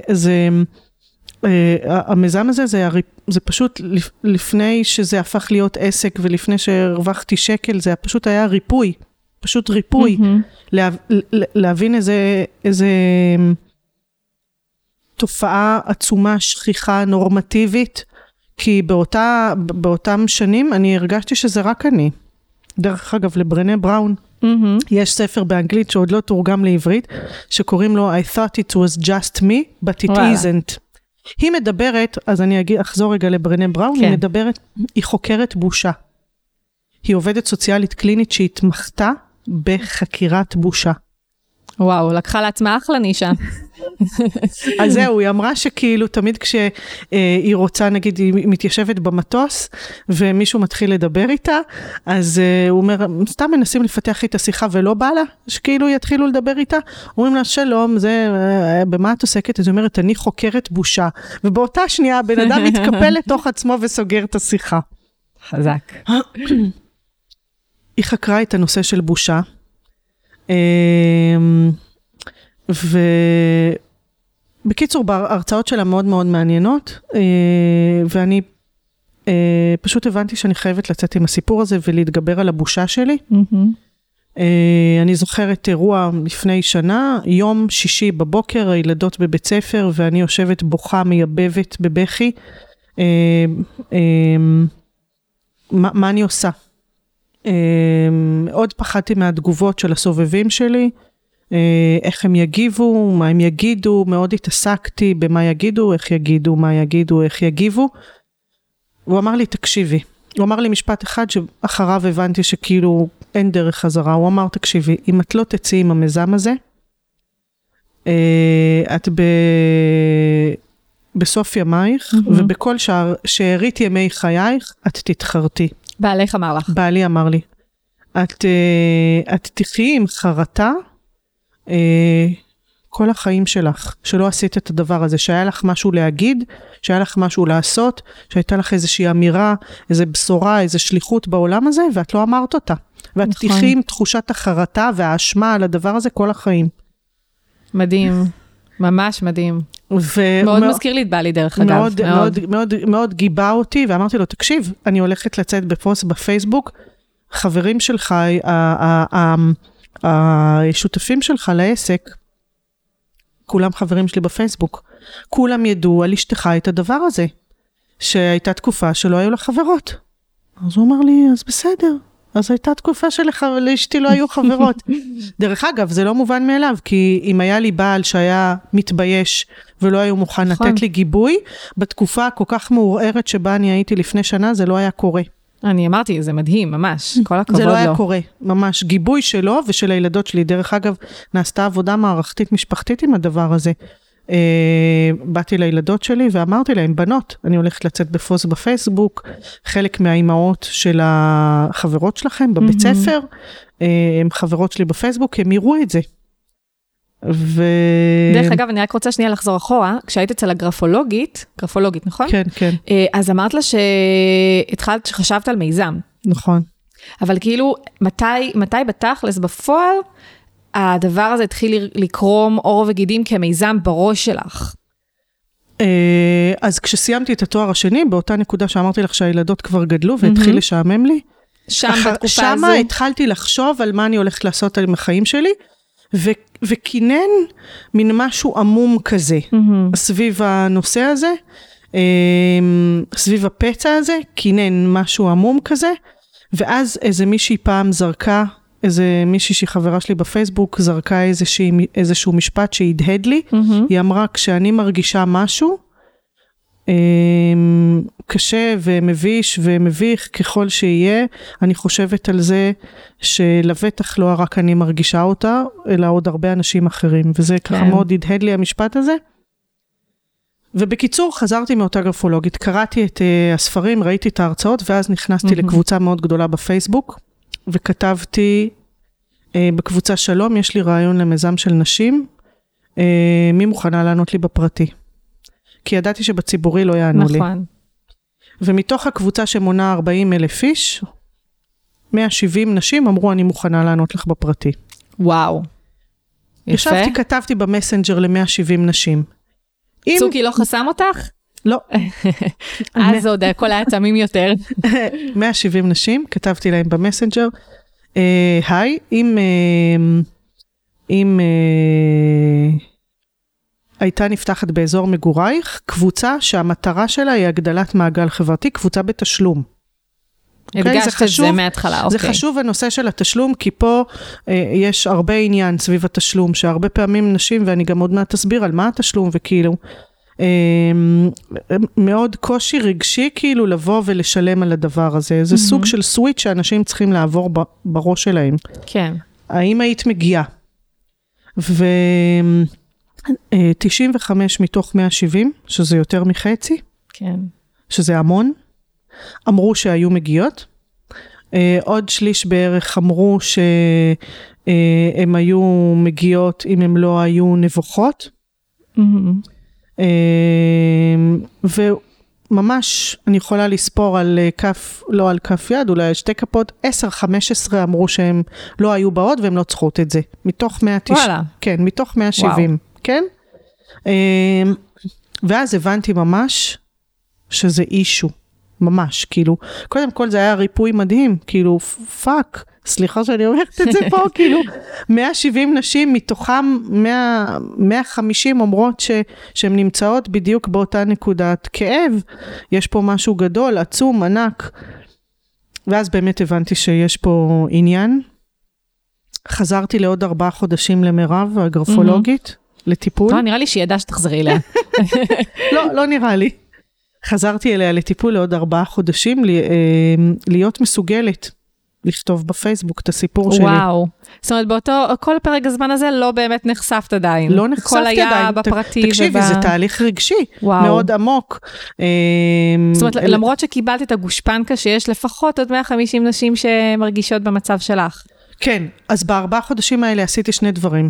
המיזם הזה זה פשוט לפני שזה הפך להיות עסק, ולפני שהרווחתי שקל, זה פשוט היה ריפוי. פשוט ריפוי. להבין איזה תופעה עצומה, שכיחה, נורמטיבית, כי באותם שנים אני הרגשתי שזה רק אני. דרך אגב, לברנה בראון, יש ספר באנגלית שעוד לא תורגם לעברית, שקוראים לו I thought it was just me, but it isn't. היא מדברת, אז אני אחזור רגע לברנה בראון, היא מדברת, היא חוקרת בושה. היא עובדת סוציאלית קלינית שהתמחתה בחקירת בושה. וואו, לקחה לעצמה אחלה נישה. אז זהו, היא אמרה שכאילו תמיד כשהיא רוצה, נגיד, היא מתיישבת במטוס, ומישהו מתחיל לדבר איתה, אז הוא אומר, סתם מנסים לפתח איתה שיחה ולא בא לה, שכאילו יתחילו לדבר איתה, אומרים לה, שלום, במה את עוסקת? אז היא אומרת, אני חוקרת בושה, ובאותה שנייה הבן אדם מתקפל לתוך עצמו וסוגר את השיחה. חזק. היא חקרה את הנושא של בושה, ובקיצור, בהרצאות שלה מאוד מאוד מעניינות, ואני פשוט הבנתי שאני חייבת לצאת עם הסיפור הזה ולהתגבר על הבושה שלי. אני זוכרת אירוע לפני שנה, יום שישי בבוקר, הילדות בבית ספר, ואני יושבת בוכה מייבבת בבכי. מה אני עושה? עוד פחדתי מהתגובות של הסובבים שלי, איך הם יגיבו, מה הם יגידו, מאוד התעסקתי במה יגידו, איך יגידו, מה יגידו, איך יגיבו. הוא אמר לי, תקשיבי. הוא אמר לי משפט אחד שאחריו הבנתי שכאילו אין דרך חזרה. הוא אמר, תקשיבי, אם את לא תצאי עם המיזם הזה, את בסוף ימייך, ובכל שארית ימי חייך, את תתחרתי. בעליך אמר לך. בעלי אמר לי, את תחיי עם חרטה, כל החיים שלך, שלא עשית את הדבר הזה, שהיה לך משהו להגיד, שהיה לך משהו לעשות, שהייתה לך איזושהי אמירה, איזו בשורה, איזו שליחות בעולם הזה, ואת לא אמרת אותה. ואת תחיי עם תחושת החרטה והאשמה על הדבר הזה כל החיים. מדהים, ממש מדהים. מאוד מזכיר לי את בעלי דרך אגב. מאוד גיבה אותי, ואמרתי לו, תקשיב, אני הולכת לצאת בפוסט בפייסבוק, חברים שלך, השותפים שלך לעסק, כולם חברים שלי בפייסבוק, כולם ידעו על אשתך את הדבר הזה, שהייתה תקופה שלא היו לה חברות. אז הוא אמר לי, אז בסדר, אז הייתה תקופה שלאשתי לא היו חברות. דרך אגב, זה לא מובן מאליו, כי אם היה לי בעל שהיה מתבייש, ולא היו מוכן לתת לי גיבוי, בתקופה כל כך מעורערת שבה אני הייתי לפני שנה, זה לא היה קורה. אני אמרתי, זה מדהים, ממש, כל הכבוד לו. זה לא היה קורה, ממש, גיבוי שלו ושל הילדות שלי. דרך אגב, נעשתה עבודה מערכתית משפחתית עם הדבר הזה. באתי לילדות שלי ואמרתי להם, בנות, אני הולכת לצאת בפוסט בפייסבוק, חלק מהאימהות של החברות שלכם בבית ספר, הם חברות שלי בפייסבוק, הם יראו את זה. דרך אגב, אני רק רוצה שנייה לחזור אחורה, כשהיית אצל הגרפולוגית, נכון? כן, כן. אז אמרת לה שחשבת על מיזם. נכון. אבל כאילו, מתי בתכלס בפועל, הדבר הזה התחיל לקרום עור וגידים כמיזם בראש שלך? אז כשסיימתי את התואר השני, באותה נקודה שאמרתי לך שהילדות כבר גדלו, והתחיל לשעמם לי, בתקופה הזו, התחלתי לחשוב על מה אני הולכת לעשות עם החיים שלי, וכינן מין משהו עמום כזה, סביב הנושא הזה, סביב הפצע הזה, כינן משהו עמום כזה, ואז איזה מישהי פעם זרקה, איזה מישהי שהיא חברה שלי בפייסבוק, זרקה איזשהו משפט שהדהד לי, היא אמרה, כשאני מרגישה משהו, קשה ומביש ומביך ככל שיהיה, אני חושבת על זה שלבטח לא רק אני מרגישה אותה, אלא עוד הרבה אנשים אחרים, וזה ככה מאוד הדהד לי המשפט הזה. ובקיצור, חזרתי מאותה גרפולוגית, קראתי את הספרים, ראיתי את ההרצאות, ואז נכנסתי לקבוצה מאוד גדולה בפייסבוק, וכתבתי בקבוצה שלום, יש לי רעיון למיזם של נשים, מי מוכנה לענות לי בפרטי? כי ידעתי שבציבורי לא יענו לי. נכון. ומתוך הקבוצה שמונה 40,000 איש, 170 נשים אמרו, אני מוכנה לענות לך בפרטי. וואו. יפה. ישבתי, כתבתי במסנג'ר ל-170 נשים. צוקי לא חסם אותך? לא. אז עוד הכל היה תמים יותר. 170 נשים, כתבתי להם במסנג'ר, היי, אם הייתה נפתחת באזור מגורייך, קבוצה שהמטרה שלה היא הגדלת מעגל חברתי, קבוצה בתשלום. הדגשת את זה מההתחלה, זה חשוב הנושא של התשלום, כי פה יש הרבה עניין סביב התשלום, שהרבה פעמים נשים, ואני גם עוד מעט תסביר על מה התשלום, וכאילו, מאוד קושי רגשי, כאילו לבוא ולשלם על הדבר הזה. זה סוג של סוויץ' שאנשים צריכים לעבור בראש שלהם. כן. האם היית מגיעה? ו-95 מתוך 170, שזה יותר מחצי, כן. שזה המון, אמרו שהיו מגיעות. עוד שליש בערך אמרו שהם היו מגיעות אם הם לא היו נבוכות. וממש אני יכולה לספור על כף, לא על כף יד, אולי שתי כפות, 10-15 אמרו שהם לא היו באות והם לא צריכות את זה. מתוך 190. וואלה. כן, מתוך 170. וואו. כן? ואז הבנתי ממש שזה אישו. ממש, כאילו, קודם כל זה היה ריפוי מדהים, כאילו, פאק, סליחה שאני אומרת את זה פה, כאילו, 170 נשים, מתוכם 150 אומרות שהן נמצאות בדיוק באותה נקודת כאב, יש פה משהו גדול, עצום, ענק, ואז באמת הבנתי שיש פה עניין, חזרתי לעוד 4 חודשים למירב, הגרפולוגית, לטיפול. נראה לי שידע שתחזרי אליה. לא נראה לי. חזרתי אליה לטיפול לעוד 4 חודשים, להיות מסוגלת לכתוב בפייסבוק את הסיפור שלי. וואו. זאת אומרת, כל פרק הזמן הזה לא באמת נחשפת עדיין. לא נחשפתי עדיין. הכל היה בפרטי. תקשיבי, זה תהליך רגשי, מאוד עמוק. זאת אומרת, למרות שקיבלת את הגושפנקה, שיש לפחות עוד 150 נשים שמרגישות במצב שלך. כן, אז ב4 חודשים האלה עשיתי 2 דברים.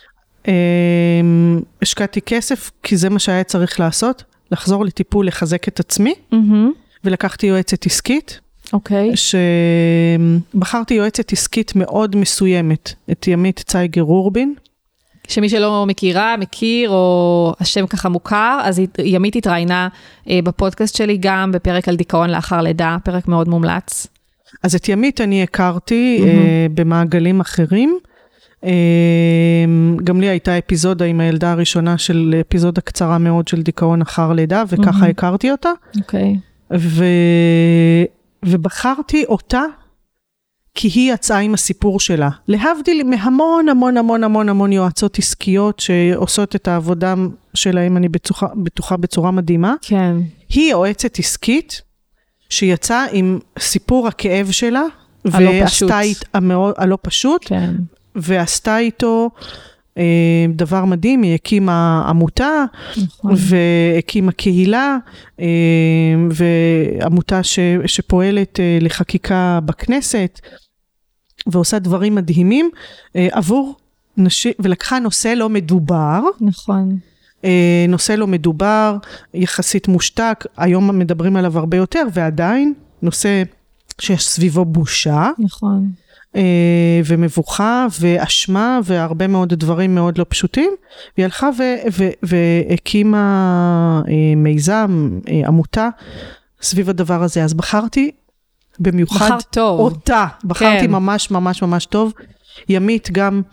השקעתי כסף, כי זה מה שהיה צריך לעשות. לחזור לטיפול, לחזק את עצמי, ולקחתי יועצת עסקית, שבחרתי יועצת עסקית מאוד מסוימת, את ימית צייגר רובין. שמי שלא מכיר, או השם ככה מוכר, אז ימית התראיינה בפודקאסט שלי, גם בפרק על דיכאון לאחר לידה, פרק מאוד מומלץ. אז את ימית אני הכרתי במעגלים אחרים, גם לי הייתה אפיזודה עם הילדה הראשונה של אפיזודה קצרה מאוד של דיכאון אחר לידה, וככה הכרתי אותה. אוקיי. ובחרתי אותה, כי היא יצאה עם הסיפור שלה. להבדיל מהמון המון המון המון המון יועצות עסקיות, שעושות את העבודה שלהם, אני בטוחה בצורה מדהימה. כן. היא יועצת עסקית, שיצאה עם סיפור הכאב שלה, ועשתה הלא פשוט. כן. ועשתה איתו דבר מדהים, היא הקימה עמותה, והקימה קהילה, ועמותה שפועלת לחקיקה בכנסת, ועושה דברים מדהימים, עבור נשים, ולקחה נושא לא מדובר. נכון. נושא לא מדובר, יחסית מושתק, היום מדברים עליו הרבה יותר, ועדיין נושא שיש סביבו בושה. נכון. ומבוכה ואשמה והרבה מאוד דברים מאוד לא פשוטים, והיא הלכה והקימה מיזם, עמותה סביב הדבר הזה. אז בחרתי במיוחד אותה, בחרתי ממש ממש ממש טוב. ימית גם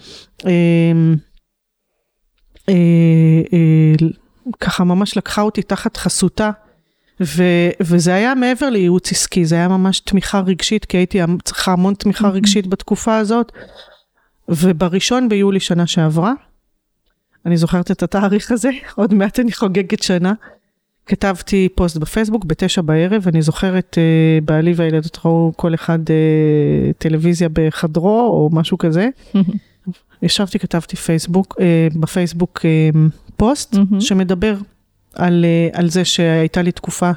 ככה ממש לקחה אותי תחת חסותה, וזה היה מעבר לייעוץ עסקי, זה היה ממש תמיכה רגשית, כי הייתי צריכה המון תמיכה רגשית בתקופה הזאת, ובראשון ביולי שנה שעברה, אני זוכרת את התאריך הזה, עוד מעט אני חוגגת שנה, כתבתי פוסט בפייסבוק ב9 בערב, אני זוכרת בעלי והילדות ראו כל אחד טלוויזיה בחדרו, או משהו כזה, ישבתי, כתבתי בפייסבוק פוסט, שמדבר על זה שהייתה לי תקופה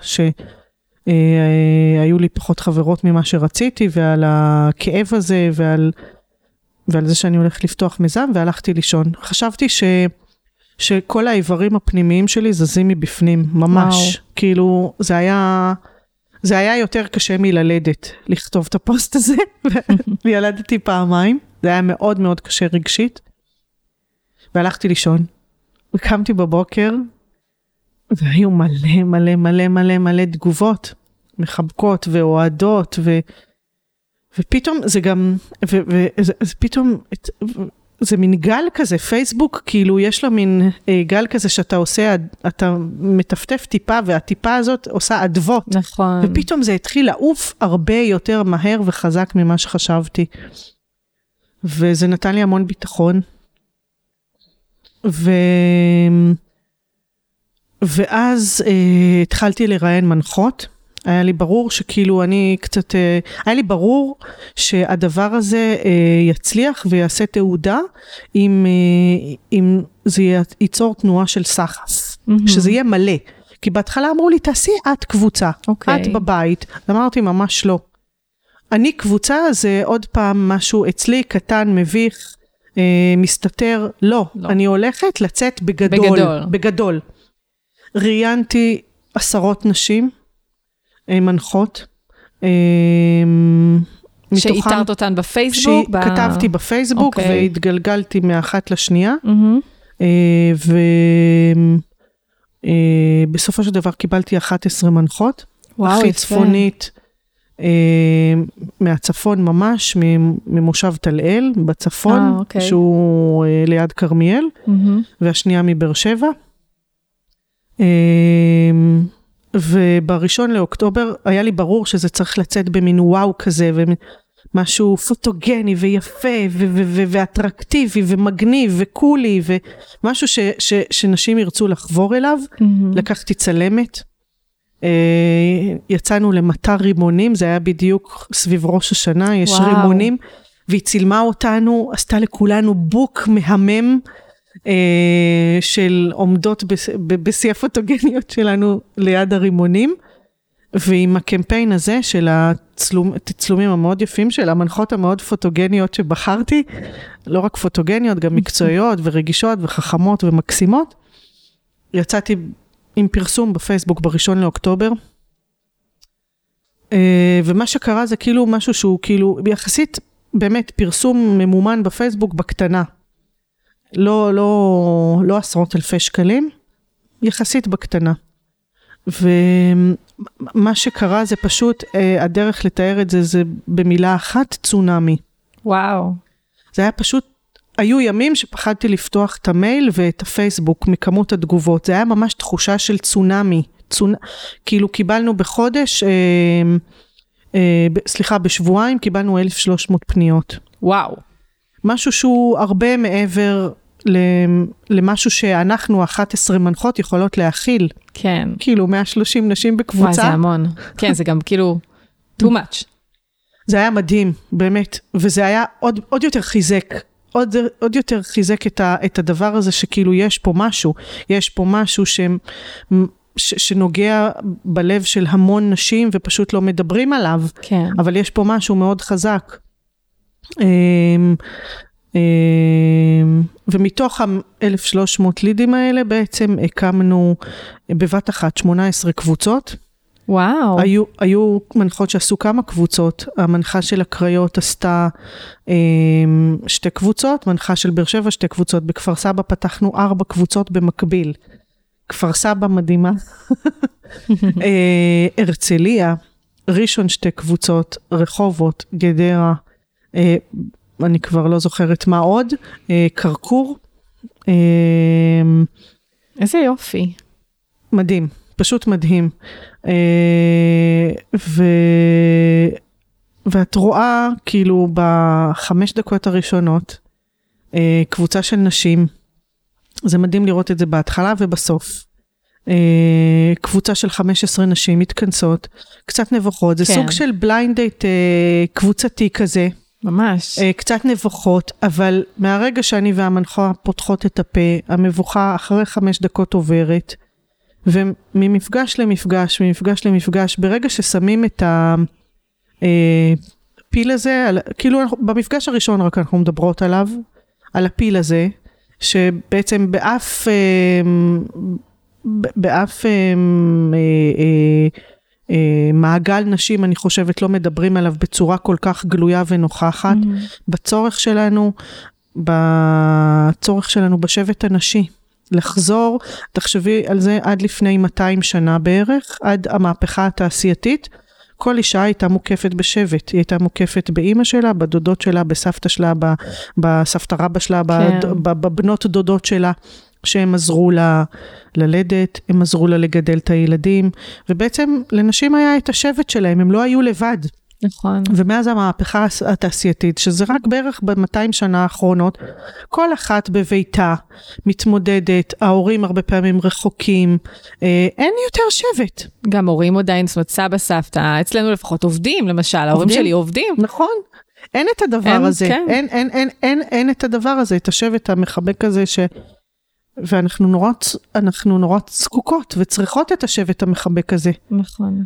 שהיו לי פחות חברות ממה שרציתי, ועל הכאב הזה, ועל זה שאני הולכת לפתוח מיזם, והלכתי לישון. חשבתי שכל האיברים הפנימיים שלי זזים מבפנים, ממש. וואו. כאילו, זה היה יותר קשה מללדת, לכתוב את הפוסט הזה, וילדתי פעמיים. זה היה מאוד מאוד קשה רגשית. והלכתי לישון. וקמתי בבוקר, והיו מלא מלא מלא מלא מלא תגובות, מחבקות ואוהדות, ופתאום זה גם, פתאום זה מין גל כזה, פייסבוק, כאילו יש לו מין גל כזה שאתה עושה, אתה מטפטף טיפה, והטיפה הזאת עושה עדבות. נכון. ופתאום זה התחיל לעוף הרבה יותר מהר וחזק ממה שחשבתי. וזה נתן לי המון ביטחון. ואז התחלתי לראיין מנחות. היה לי ברור שכאילו אני קצת, היה לי ברור שהדבר הזה יצליח ויעשה תעודה אם זה ייצור תנועה של סחף, שזה יהיה מלא. כי בהתחלה אמרו לי, תעשי את קבוצה, את בבית. אמרתי, ממש לא. אני קבוצה זה עוד פעם משהו אצלי, קטן, מביך, מסתתר. לא, אני הולכת לצאת בגדול. ראיינתי 10 נשים, מנחות. שאיתרת אותן בפייסבוק? שכתבתי בפייסבוק והתגלגלתי מאחת לשנייה. ובסופו של דבר קיבלתי 11 מנחות. הכי צפונית, מהצפון ממש, ממושב תל-אל, בצפון, שהוא ליד קרמיאל, והשנייה מבאר שבע. ובראשון לאוקטובר היה לי ברור שזה צריך לצאת במין וואו כזה, ומשהו פוטוגני ויפה ואטרקטיבי ומגניב וקולי, ומשהו שנשים ירצו לחבור אליו. לקחתי צלמת, יצאנו למטר רימונים, זה היה בדיוק סביב ראש השנה, יש רימונים, והיא צילמה אותנו, עשתה לכולנו בוק מהמם, של עומדות בשיא הפוטוגניות שלנו ליד הרימונים, ועם הקמפיין הזה של התצלומים המאוד יפים של המנחות המאוד פוטוגניות שבחרתי, לא רק פוטוגניות, גם מקצועיות ורגישות וחכמות ומקסימות, יצאתי עם פרסום בפייסבוק בראשון לאוקטובר, ומה שקרה זה כאילו משהו שהוא כאילו יחסית באמת פרסום ממומן בפייסבוק בקטנה, לא 10,000 שקלים, יחסית בקטנה. ומה שקרה זה פשוט, הדרך לתאר את זה, זה במילה אחת, צונמי. וואו. זה היה פשוט, היו ימים שפחדתי לפתוח את המייל ואת הפייסבוק מכמות התגובות. זה היה ממש תחושה של צונמי. כאילו קיבלנו בחודש, בשבועיים קיבלנו 1,300 פניות. וואו. משהו שהוא הרבה מעבר למשהו שאנחנו 11 מנחות יכולות להכיל. כן. כאילו 130 נשים בקבוצה. וואי, זה המון. כן, זה גם כאילו too much. זה היה מדהים, באמת. וזה היה עוד יותר חיזק. עוד יותר חיזק את הדבר הזה שכאילו יש פה משהו. יש פה משהו שנוגע בלב של המון נשים ופשוט לא מדברים עליו. כן. אבל יש פה משהו מאוד חזק. ומתוך ה-1,300 לידים האלה בעצם הקמנו בבת אחת 18 קבוצות. וואו. היו מנחות שעשו כמה קבוצות. המנחה של הקריות עשתה 2 קבוצות, מנחה של באר שבע 2 קבוצות. בכפר סבא פתחנו 4 קבוצות במקביל. כפר סבא מדהימה. הרצליה, ראשון 2 קבוצות, רחובות, גדרה, אני כבר לא זוכרת מה עוד, קרקור. איזה יופי. מדהים, פשוט מדהים. ואת רואה כאילו ב5 דקות הראשונות, קבוצה של נשים, זה מדהים לראות את זה בהתחלה ובסוף. קבוצה של 15 נשים מתכנסות, קצת נבוכות, זה סוג של בליינד דייט קבוצתי כזה, ממש. קצת נבוכות, אבל מהרגע שאני והמנחה פותחות את הפה, המבוכה אחרי 5 דקות עוברת, וממפגש למפגש, ממפגש למפגש, ברגע ששמים את הפיל הזה, כאילו במפגש הראשון רק אנחנו מדברות עליו, על הפיל הזה, שבעצם באף מעגל נשים, אני חושבת, לא מדברים עליו בצורה כל כך גלויה ונוכחת, בצורך שלנו בשבט הנשי, לחזור, תחשבי על זה עד לפני 200 שנה בערך, עד המהפכה התעשייתית, כל אישה הייתה מוקפת בשבט, היא הייתה מוקפת באמא שלה, בדודות שלה, בסבתא שלה, בסבתא רבא שלה, בבנות דודות שלה, שהם עזרו לה ללדת, הם עזרו לה לגדל את הילדים, ובעצם לנשים היה את השבט שלהם, הם לא היו לבד. נכון. ומאז המהפכה התעשייתית, שזה רק בערך ב-200 שנה האחרונות, כל אחת בביתה מתמודדת, ההורים הרבה פעמים רחוקים, אין יותר שבט. גם הורים עדיין, זאת אומרת, סבא, סבתא, אצלנו לפחות עובדים, למשל, ההורים שלי עובדים. נכון. אין את הדבר הזה. כן. אין את הדבר הזה, את השבט המחבק הזה ואנחנו נורא זקוקות וצריכות את השבט המחבק הזה. נכון.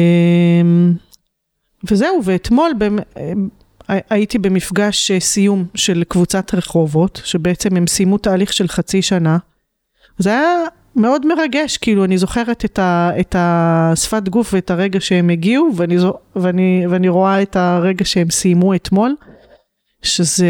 וזהו, ואתמול הייתי במפגש סיום של קבוצת רחובות, שבעצם הם סיימו תהליך של חצי שנה. זה היה מאוד מרגש, כאילו אני זוכרת את השפת גוף ואת הרגע שהם הגיעו, ואני רואה את הרגע שהם סיימו אתמול, שזה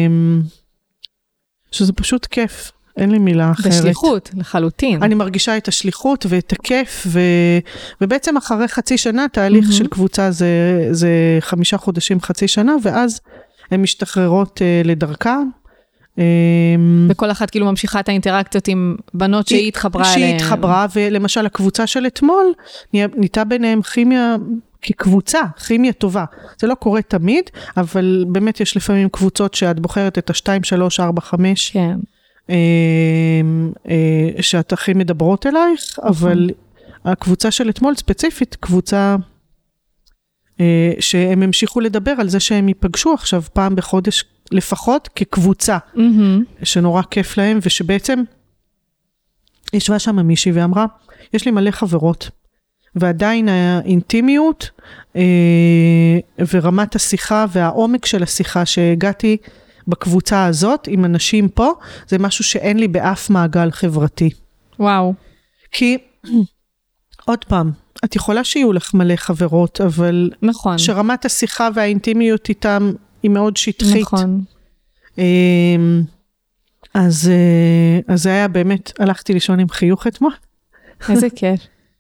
פשוט כיף. אין לי מילה אחרת. בשליחות, לחלוטין. אני מרגישה את השליחות ואת הכיף, ובעצם אחרי חצי שנה, תהליך של קבוצה זה 5 חודשים, חצי שנה, ואז הן משתחררות לדרכה. וכל אחת כאילו ממשיכה את האינטראקציות עם בנות שהיא התחברה אליהן. שהיא התחברה, ולמשל הקבוצה של אתמול, נהייתה ביניהם כימיה כקבוצה, כימיה טובה. זה לא קורה תמיד, אבל באמת יש לפעמים קבוצות שאת בוחרת את ה-2, 3, 4, 5. כן. שאת הכי מדברות אלייך, אבל הקבוצה של אתמול ספציפית, קבוצה שהם המשיכו לדבר על זה שהם ייפגשו עכשיו פעם בחודש לפחות כקבוצה, שנורא כיף להם, ושבעצם ישבה שם מישהי ואמרה, יש לי מלא חברות, ועדיין האינטימיות ורמת השיחה והעומק של השיחה שהגעתי בקבוצה הזאת, עם אנשים פה, זה משהו שאין לי באף מעגל חברתי. וואו. כי, עוד פעם, את יכולה שיהיו לך מלא חברות, אבל נכון. שרמת השיחה והאינטימיות איתם היא מאוד שטחית. נכון. אז זה היה באמת, הלכתי לישון עם חיוך אתמול. איזה כיף.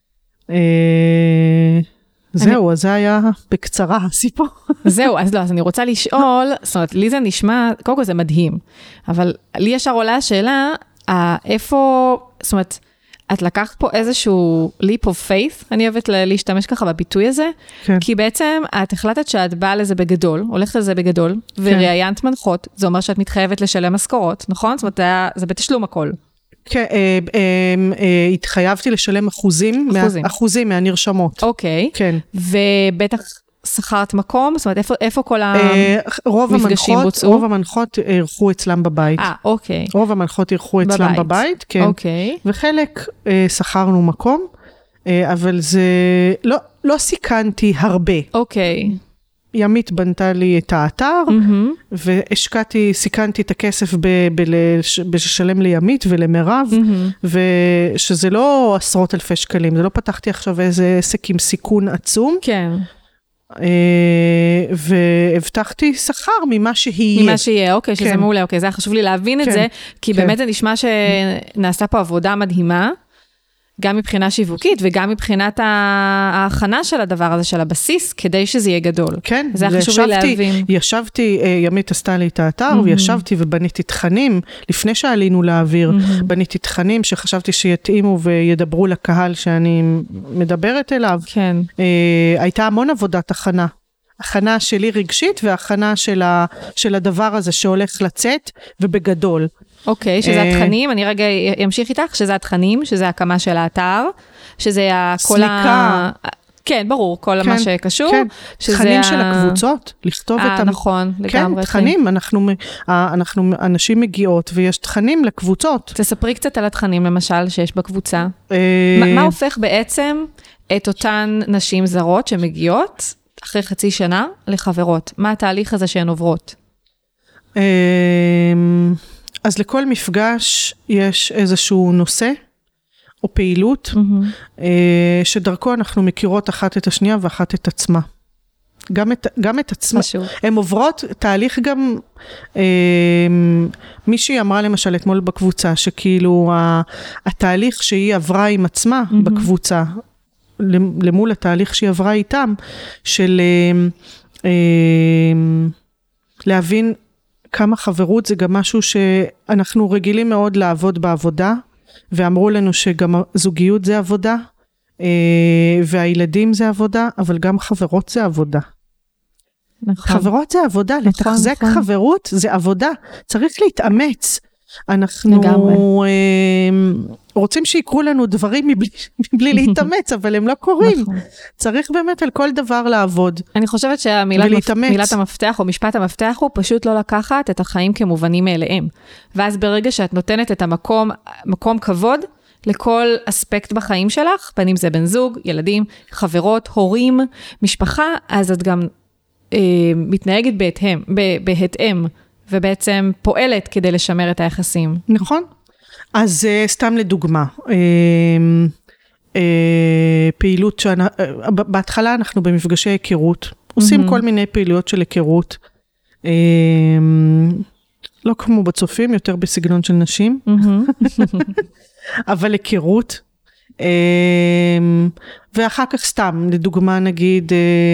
זהו, אז זה היה בקצרה הסיפור. זהו, אז לא, אז אני רוצה לשאול, זאת אומרת, לי זה נשמע, קודם כל זה מדהים, אבל לי ישר עולה השאלה, איפה, זאת אומרת, את לקחת פה איזשהו leap of faith, אני אוהבת להשתמש ככה בביטוי הזה, כן. כי בעצם את החלטת שאת באה לזה בגדול, הולכת לזה בגדול, וראיינת מנחות, זה אומר שאת מתחייבת לשלם משכורות, נכון? זאת אומרת, זה בתשלום הכל. כן, התחייבתי לשלם אחוזים מהנרשמות. אוקיי. כן. ובטח שכרת מקום, זאת אומרת, איפה כל המפגשים בוצעו? רוב המנחות ערכו אצלם בבית. אוקיי. רוב המנחות ערכו אצלם בבית, כן. אוקיי. וחלק שכרנו מקום, אבל זה, לא סיכנתי הרבה. אוקיי. ימית בנתה לי את האתר, סיכנתי את הכסף בשלם לימית ולמרב, ושזה לא עשרות אלפי שקלים, זה לא פתחתי עכשיו איזה עסק עם סיכון עצום. כן. והבטחתי שכר ממה שיהיה. ממה שיהיה, אוקיי, שזה מעולה, אוקיי, זה היה חשוב לי להבין את זה, כי באמת זה נשמע שנעשתה פה עבודה מדהימה, גם מבחינה שיווקית, וגם מבחינת ההכנה של הדבר הזה, של הבסיס, כדי שזה יהיה גדול. כן. זה היה חשוב לי להבין. ישבתי, ימית עשתה לי את האתר, וישבתי ובניתי תכנים, לפני שעלינו לאוויר, בניתי תכנים שחשבתי שיתאימו וידברו לקהל שאני מדברת אליו. כן. הייתה המון עבודת הכנה. הכנה שלי רגשית, והכנה של הדבר הזה שהולך לצאת, ובגדול. אוקיי, שזה התכנים, אני רגע אמשיך איתך, שזה התכנים, שזה הקמה של האתר, שזה כל סליקה. כן, ברור, כל מה שקשור. כן, תכנים של הקבוצות, לכתוב את נכון, לגמרי. כן, תכנים, אנשים מגיעות, ויש תכנים לקבוצות. תספרי קצת על התכנים, למשל, שיש בקבוצה. מה הופך בעצם את אותן נשים זרות שמגיעות, אחרי חצי שנה, לחברות? מה התהליך הזה שהן עוברות? אז לכל מפגש יש איזשהו נושא, או פעילות, שדרכו אנחנו מכירות אחת את השנייה ואחת את עצמה. גם את עצמה. הן עוברות תהליך גם, מישהי אמרה למשל אתמול בקבוצה, שכאילו התהליך שהיא עברה עם עצמה בקבוצה, למול התהליך שהיא עברה איתם, של להבין כמה חברות זה גם משהו שאנחנו רגילים מאוד לעבוד בעבודה, ואמרו לנו שגם זוגיות זה עבודה, והילדים זה עבודה, אבל גם חברות זה עבודה. נכון. חברות זה עבודה, נכון, לתחזק נכון. חברות זה עבודה, צריך להתאמץ. אנחנו רוצים שיקרו לנו דברים מבלי להתאמץ, אבל הם לא קורים. נכון. צריך באמת על כל דבר לעבוד. אני חושבת שמילת המפתח או משפט המפתח הוא פשוט לא לקחת את החיים כמובנים מאליהם. ואז ברגע שאת נותנת את מקום כבוד לכל אספקט בחיים שלך, בין אם זה בן זוג, ילדים, חברות, הורים, משפחה, אז את גם מתנהגת בהתאם, ובעצם פועלת כדי לשמר את היחסים. נכון. אז סתם לדוגמה, פעילות בהתחלה אנחנו במפגשי היכרות, עושים כל מיני פעילויות של היכרות, לא כמו בצופים, יותר בסגנון של נשים, אבל היכרות, ואחר כך סתם, לדוגמה נגיד,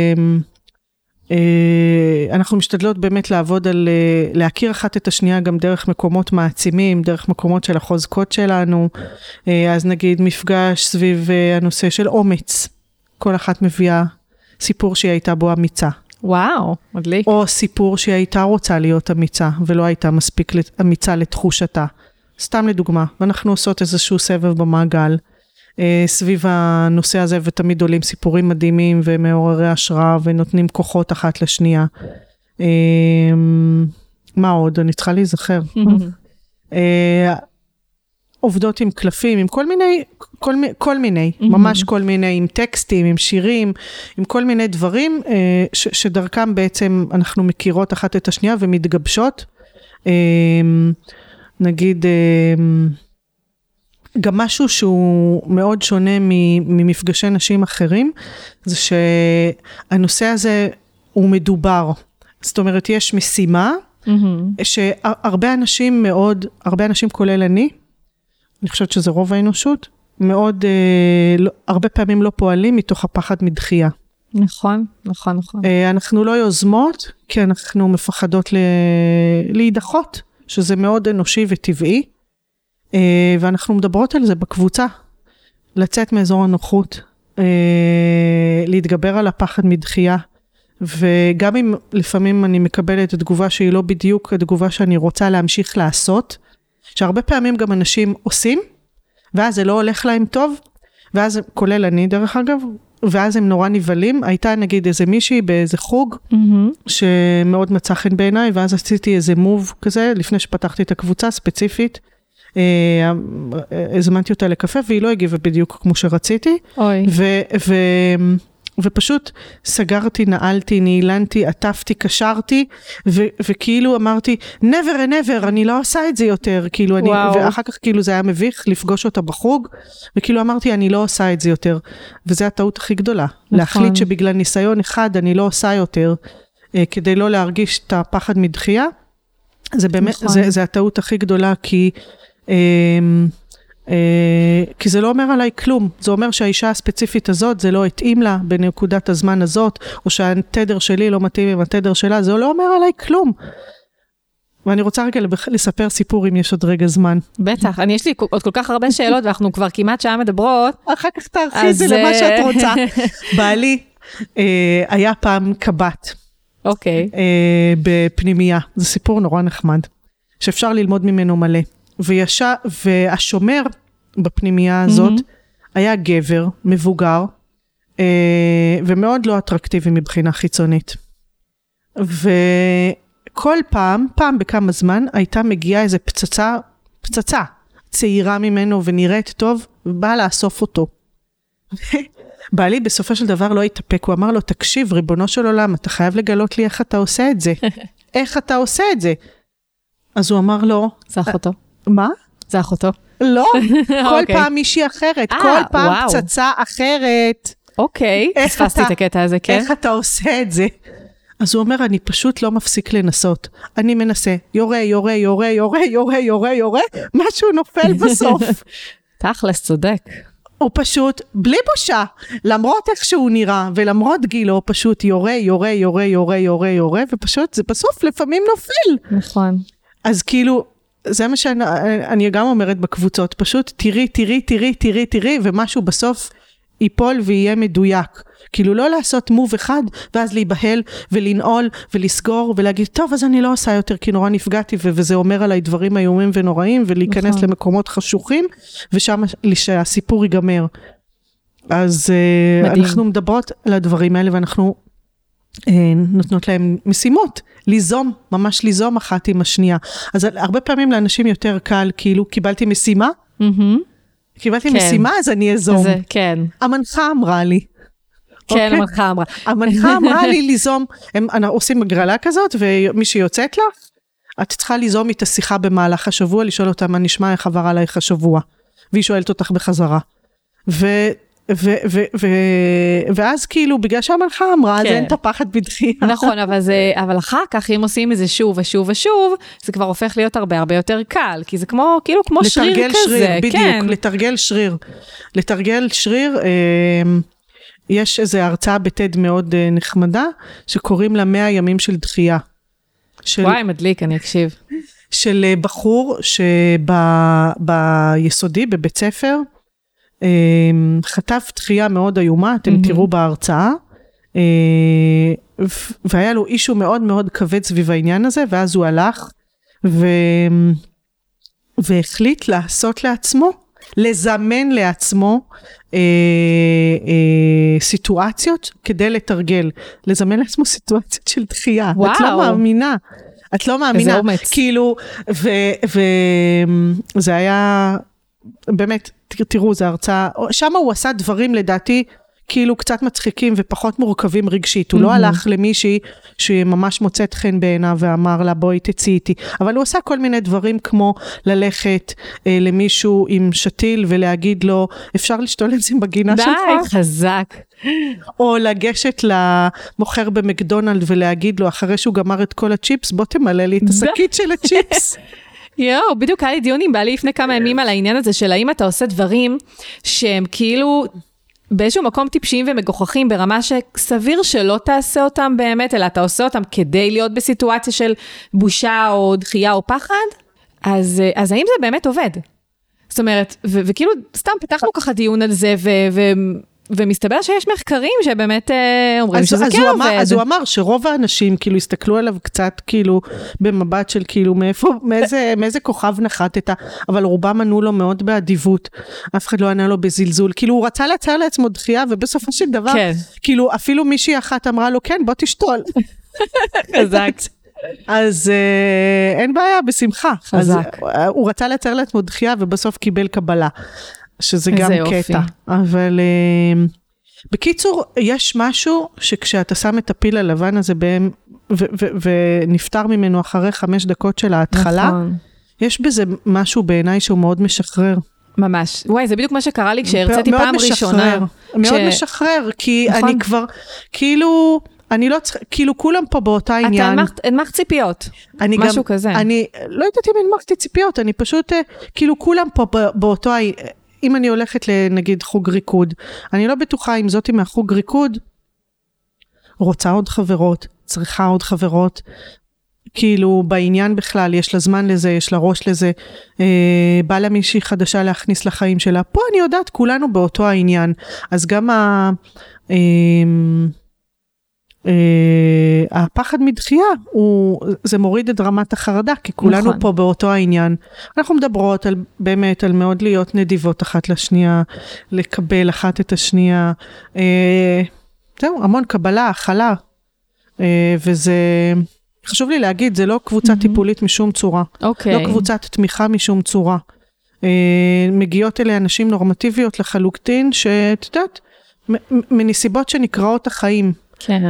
אנחנו משתדלות באמת לעבוד על להכיר אחת את השנייה גם דרך מקומות מעצימים, דרך מקומות של החוזקות שלנו, אז נגיד מפגש סביב הנושא של אומץ, כל אחת מביאה סיפור שהיא הייתה בו אמיצה. וואו, מדליק. או סיפור שהיא הייתה רוצה להיות אמיצה, ולא הייתה מספיק אמיצה לתחושתה. סתם לדוגמה, ואנחנו עושות איזשהו סבב במעגל, סביב הנושא הזה, ותמיד עולים סיפורים מדהימים ומעוררי השראה, ונותנים כוחות אחת לשנייה. מה עוד? אני צריכה להיזכר. עובדות עם קלפים, עם כל מיני, ממש כל מיני, עם טקסטים, עם שירים, עם כל מיני דברים, שדרכם בעצם אנחנו מכירות אחת את השנייה, ומתגבשות. נגיד, גם משהו שהוא מאוד שונה ממפגשי נשים אחרים, זה שהנושא הזה הוא מדובר. זאת אומרת, יש משימה, שהרבה אנשים מאוד, הרבה אנשים כולל אני חושבת שזה רוב האנושות, מאוד, הרבה פעמים לא פועלים מתוך הפחד מדחייה. נכון, נכון, נכון. אנחנו לא יוזמות, כי אנחנו מפחדות להידחות, שזה מאוד אנושי וטבעי, ואנחנו מדברות על זה בקבוצה, לצאת מאזור הנוחות, להתגבר על הפחד מדחייה, וגם אם לפעמים אני מקבלת את התגובה שהיא לא בדיוק התגובה שאני רוצה להמשיך לעשות, שהרבה פעמים גם אנשים עושים, ואז זה לא הולך להם טוב, ואז כולל אני דרך אגב, ואז הם נורא נבלים, הייתה נגיד איזה מישהי באיזה חוג, שמאוד מצא חן בעיניי, ואז עשיתי איזה מוב כזה, לפני שפתחתי את הקבוצה ספציפית, הזמנתי אותה לקפה, והיא לא הגיבה בדיוק כמו שרציתי, ופשוט סגרתי, נעלתי, נעילנתי, עטפתי, קשרתי, וכאילו אמרתי, never, אני לא עושה את זה יותר, כאילו ואחר כך כאילו זה היה מביך לפגוש אותה בחוג, וכאילו אמרתי, אני לא עושה את זה יותר, וזה הטעות הכי גדולה, להחליט שבגלל ניסיון אחד אני לא עושה יותר, כדי לא להרגיש את הפחד מדחייה, זה באמת, זה הטעות הכי גדולה, כי זה לא אומר עליי כלום, זה אומר שהאישה הספציפית הזאת, זה לא התאים לה בנקודת הזמן הזאת, או שהתדר שלי לא מתאים עם התדר שלה, זה לא אומר עליי כלום. ואני רוצה רגע לספר סיפור אם יש עוד רגע זמן. בטח, יש לי עוד כל כך הרבה שאלות, ואנחנו כבר כמעט שעה מדברות. אחר כך תערכי את זה למה שאת רוצה. בעלי היה פעם קב"ט. אוקיי. בפנימייה, זה סיפור נורא נחמד, שאפשר ללמוד ממנו מלא. והשומר בפנימייה הזאת היה גבר, מבוגר, ומאוד לא אטרקטיבי מבחינה חיצונית. וכל פעם בכמה זמן, הייתה מגיעה איזו פצצה צעירה ממנו ונראית טוב, ובאה לאסוף אותו. בעלי בסופו של דבר לא התאפק, הוא אמר לו, תקשיב, ריבונו של עולם, אתה חייב לגלות לי איך אתה עושה את זה. איך אתה עושה את זה? אז הוא אמר לו, זה אחותו. מה? זה אחותו. לא, כל פעם מישהי אחרת, כל פעם פצצה אחרת. אוקיי, פספסתי את הקטע הזה, כן? איך אתה עושה את זה? אז הוא אומר, אני פשוט לא מפסיק לנסות. אני מנסה, יורה, משהו נופל בסוף. תכלס, צודק. הוא פשוט, בלי בושה, למרות איך שהוא נראה, ולמרות גילו, פשוט יורה, ופשוט זה בסוף לפעמים נופל. נכון. אז כאילו, זה מה שאני גם אומרת בקבוצות, פשוט תראי, ומשהו בסוף ייפול ויהיה מדויק. כאילו לא לעשות מוב אחד, ואז להיבהל ולנעול ולסגור ולהגיד, טוב, אז אני לא עושה יותר, כי נורא נפגעתי, וזה אומר עליי דברים איומים ונוראים, ולהיכנס למקומות חשוכים, ושם שהסיפור ייגמר. אז אנחנו מדברות על הדברים האלה, ואנחנו נותנות להם משימות, ליזום, ממש ליזום אחת עם השנייה. אז הרבה פעמים לאנשים יותר קל, כאילו קיבלתי משימה, אז אני אזום. כן. המנחה אמרה לי. כן, המנחה אמרה. המנחה אמרה לי ליזום, הם עושים הגרלה כזאת, ומי שיוצאת לך, את צריכה ליזום את השיחה במהלך השבוע, לשאול אותה מה נשמע, איך עבר עלייך השבוע, והיא שואלת אותך בחזרה. ואז כאילו, בגלל שהמנחה אמרה, אז אין את הפחד בדחייה. נכון, אבל אחר כך, אם עושים את זה שוב ושוב ושוב, זה כבר הופך להיות הרבה יותר קל, כי זה כמו שריר כזה. בדיוק, לתרגל שריר, יש איזו הרצאה בטד מאוד נחמדה, שקוראים לה 100 ימים של דחייה. וואי, מדליק, אני אקשיב. של בחור שביסודי, בבית ספר, חטף דחייה מאוד איומה, אתם תראו בהרצאה, והיה לו אישו מאוד מאוד כבד סביב העניין הזה, ואז הוא הלך, והחליט לעשות לעצמו, לזמן לעצמו סיטואציות כדי לתרגל. לזמן לעצמו סיטואציות של דחייה. וואו. את לא מאמינה. איזה אומץ. כאילו, וזה היה, באמת, תראו, זה הרצאה, שם הוא עשה דברים לדעתי, כאילו קצת מצחיקים ופחות מורכבים רגשית. הוא לא הלך למישהי שממש מוצאת חן בעיניו ואמר לה בואי תצאי איתי. אבל הוא עשה כל מיני דברים כמו ללכת למישהו עם שתיל ולהגיד לו אפשר לשתול את זה בגינה שלך? די, חזק. או לגשת למוכר במקדונלד ולהגיד לו אחרי שהוא גמר את כל הצ'יפס בוא תמלא לי את השקית של הצ'יפס. יואו, בדיוק היה לי דיון עם בעלי לפני כמה ימים על העניין הזה של האם אתה עושה דברים שהם כאילו באיזשהו מקום טיפשיים ומגוחכים ברמה שסביר שלא תעשה אותם באמת, אלא אתה עושה אותם כדי להיות בסיטואציה של בושה או דחייה או פחד, אז האם זה באמת עובד? זאת אומרת, וכאילו סתם פתחנו ככה דיון על זה, ומסתבר שיש מחקרים שבאמת אומרים שזה כן עובד. אז הוא אמר שרוב האנשים כאילו הסתכלו עליו קצת כאילו במבט של כאילו מאיזה כוכב נחתת, אבל רובם ענו לו מאוד באדיבות, אף אחד לא ענה לו בזלזול, כאילו הוא רצה לצייר לעצמו דחייה, ובסופו של דבר, כאילו אפילו מישהי אחת אמרה לו כן בוא תשתול. חזק. אז אין בעיה, בשמחה. חזק. הוא רצה לצייר לעצמו דחייה ובסוף קיבל קבלה. שזה גם קטע, אבל בקיצור, יש משהו שכשאתה שם את הפיל הלבן הזה ונפטר ממנו אחרי 5 דקות של ההתחלה, יש בזה משהו בעיניי שהוא מאוד משחרר. ממש. וואי, זה בדיוק מה שקרה לי כשהרציתי פעם ראשונה. מאוד משחרר, כי אני כבר, כאילו, אני לא צריכה, כאילו כולם פה באותה עניין. אתה הנמכת ציפיות, משהו כזה. אני לא יודעת אם הנמכתי ציפיות, אני פשוט, כאילו כולם פה באותו אם אני הולכת לנגיד חוג ריקוד, אני לא בטוחה אם זאתי מהחוג ריקוד, רוצה עוד חברות, צריכה עוד חברות, כאילו בעניין בכלל, יש לה זמן לזה, יש לה ראש לזה, בא לה מישהי חדשה להכניס לחיים שלה, פה אני יודעת, כולנו באותו העניין, אז גם הפחד מדחייה, זה מוריד את רמת החרדה, כי כולנו פה באותו העניין. אנחנו מדברות באמת על מאוד להיות נדיבות אחת לשנייה, לקבל אחת את השנייה, זהו, המון קבלה, הכלה, וזה, חשוב לי להגיד, זה לא קבוצה טיפולית משום צורה, לא קבוצת תמיכה משום צורה. מגיעות אלה אנשים נורמטיביות לחלוטין, שאת יודעת, מנסיבות שנקראות החיים, כן.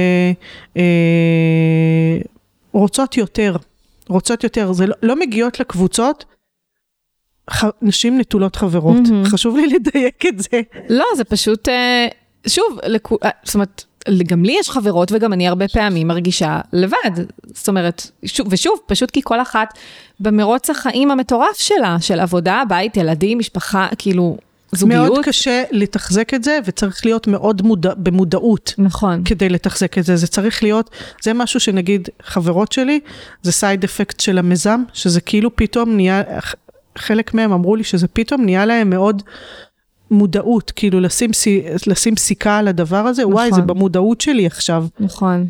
רוצות יותר, זה לא מגיעות לקבוצות, נשים נטולות חברות, חשוב לי לדייק את זה. לא, זה פשוט, שוב, זאת אומרת, גם לי יש חברות וגם אני הרבה פעמים מרגישה לבד, זאת אומרת, ושוב, פשוט כי כל אחת במרוץ החיים המטורף שלה, של עבודה, בית, ילדים, משפחה, כאילו, זוגיות. מאוד קשה לתחזק את זה, וצריך להיות מאוד במודעות. נכון. כדי לתחזק את זה. זה צריך להיות, זה משהו שנגיד חברות שלי, זה סייד אפקט של המיזם, שזה כאילו פתאום נהיה, חלק מהם אמרו לי שזה פתאום נהיה להם מאוד מודעות, כאילו לשים סיכה על הדבר הזה, נכון. וואי, זה במודעות שלי עכשיו. נכון.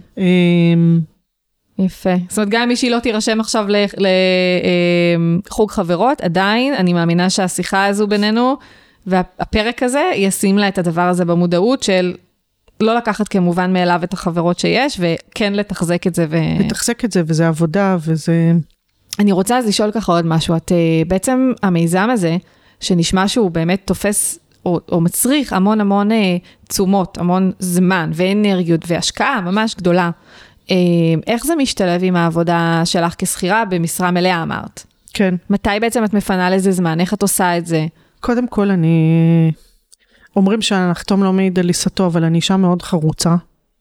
יפה. זאת אומרת, גם אם מישהי לא תירשם עכשיו לחוג חברות, עדיין אני מאמינה שהשיחה הזו בינינו, והפרק הזה ישים לה את הדבר הזה במודעות של לא לקחת כמובן מאליו את החברות שיש, וכן לתחזק את זה. לתחזק את זה, וזה עבודה, וזה... אני רוצה אז לשאול ככה עוד משהו. את בעצם המיזם הזה, שנשמע שהוא באמת תופס, או מצריך המון המון תשומות, המון זמן ואנרגיות והשקעה ממש גדולה. איך זה משתלב עם העבודה שלך כשכירה במשרה מלאה, אמרת? כן. מתי בעצם את מפנה לזה זמן? איך את עושה את זה? קודם כל אומרים שהנחתום לא מעיד על עיסתו, אבל אני אישה מאוד חרוצה.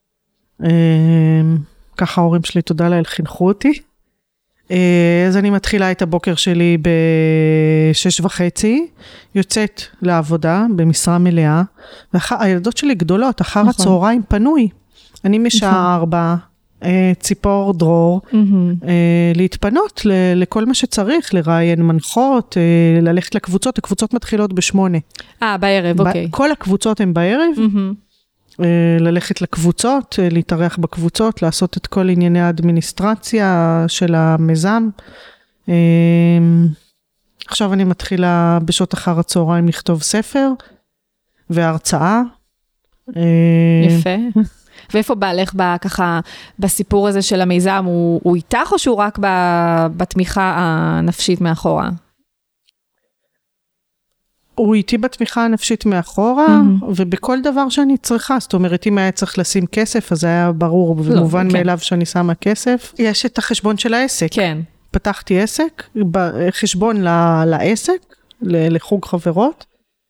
ככה ההורים שלי, תודה לאל, חינכו אותי. אז אני מתחילה את הבוקר שלי ב6:30, יוצאת לעבודה במשרה מלאה, והילדות שלי גדולות, אחר הצהריים פנוי. אני משעה 4, ציפור דרור, להתפנות לכל מה שצריך, לראיין מנחות, ללכת לקבוצות, הקבוצות מתחילות ב8. בערב, אוקיי. כל הקבוצות הן בערב, ללכת לקבוצות, להתארח בקבוצות, לעשות את כל ענייני האדמיניסטרציה של המיזם. עכשיו אני מתחילה בשעות אחר הצהריים לכתוב ספר, והרצאה. יפה. ואיפה בעלך ככה בסיפור הזה של המיזם, הוא איתך או שהוא רק בתמיכה הנפשית מאחורה? הוא איתי בתמיכה הנפשית מאחורה, ובכל דבר שאני צריכה, זאת אומרת, אם היה צריך לשים כסף, אז היה ברור, במובן מאליו שאני שמה כסף. יש את החשבון של העסק. כן. פתחתי עסק, חשבון לעסק, לחוג חברות,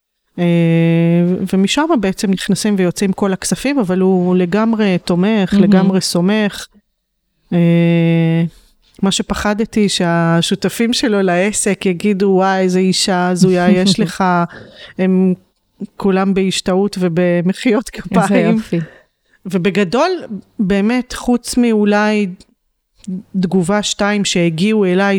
ומשם בעצם נכנסים ויוצאים כל הכספים, אבל הוא לגמרי תומך, לגמרי סומך. מה שפחדתי שהשותפים שלו לעסק יגידו, וואי, איזה אישה הזויה יש לך, הם כולם בהשתאות ובמחיות כפיים. איזה יופי. ובגדול, באמת, חוץ מאולי תגובה 2 שהגיעו אליי,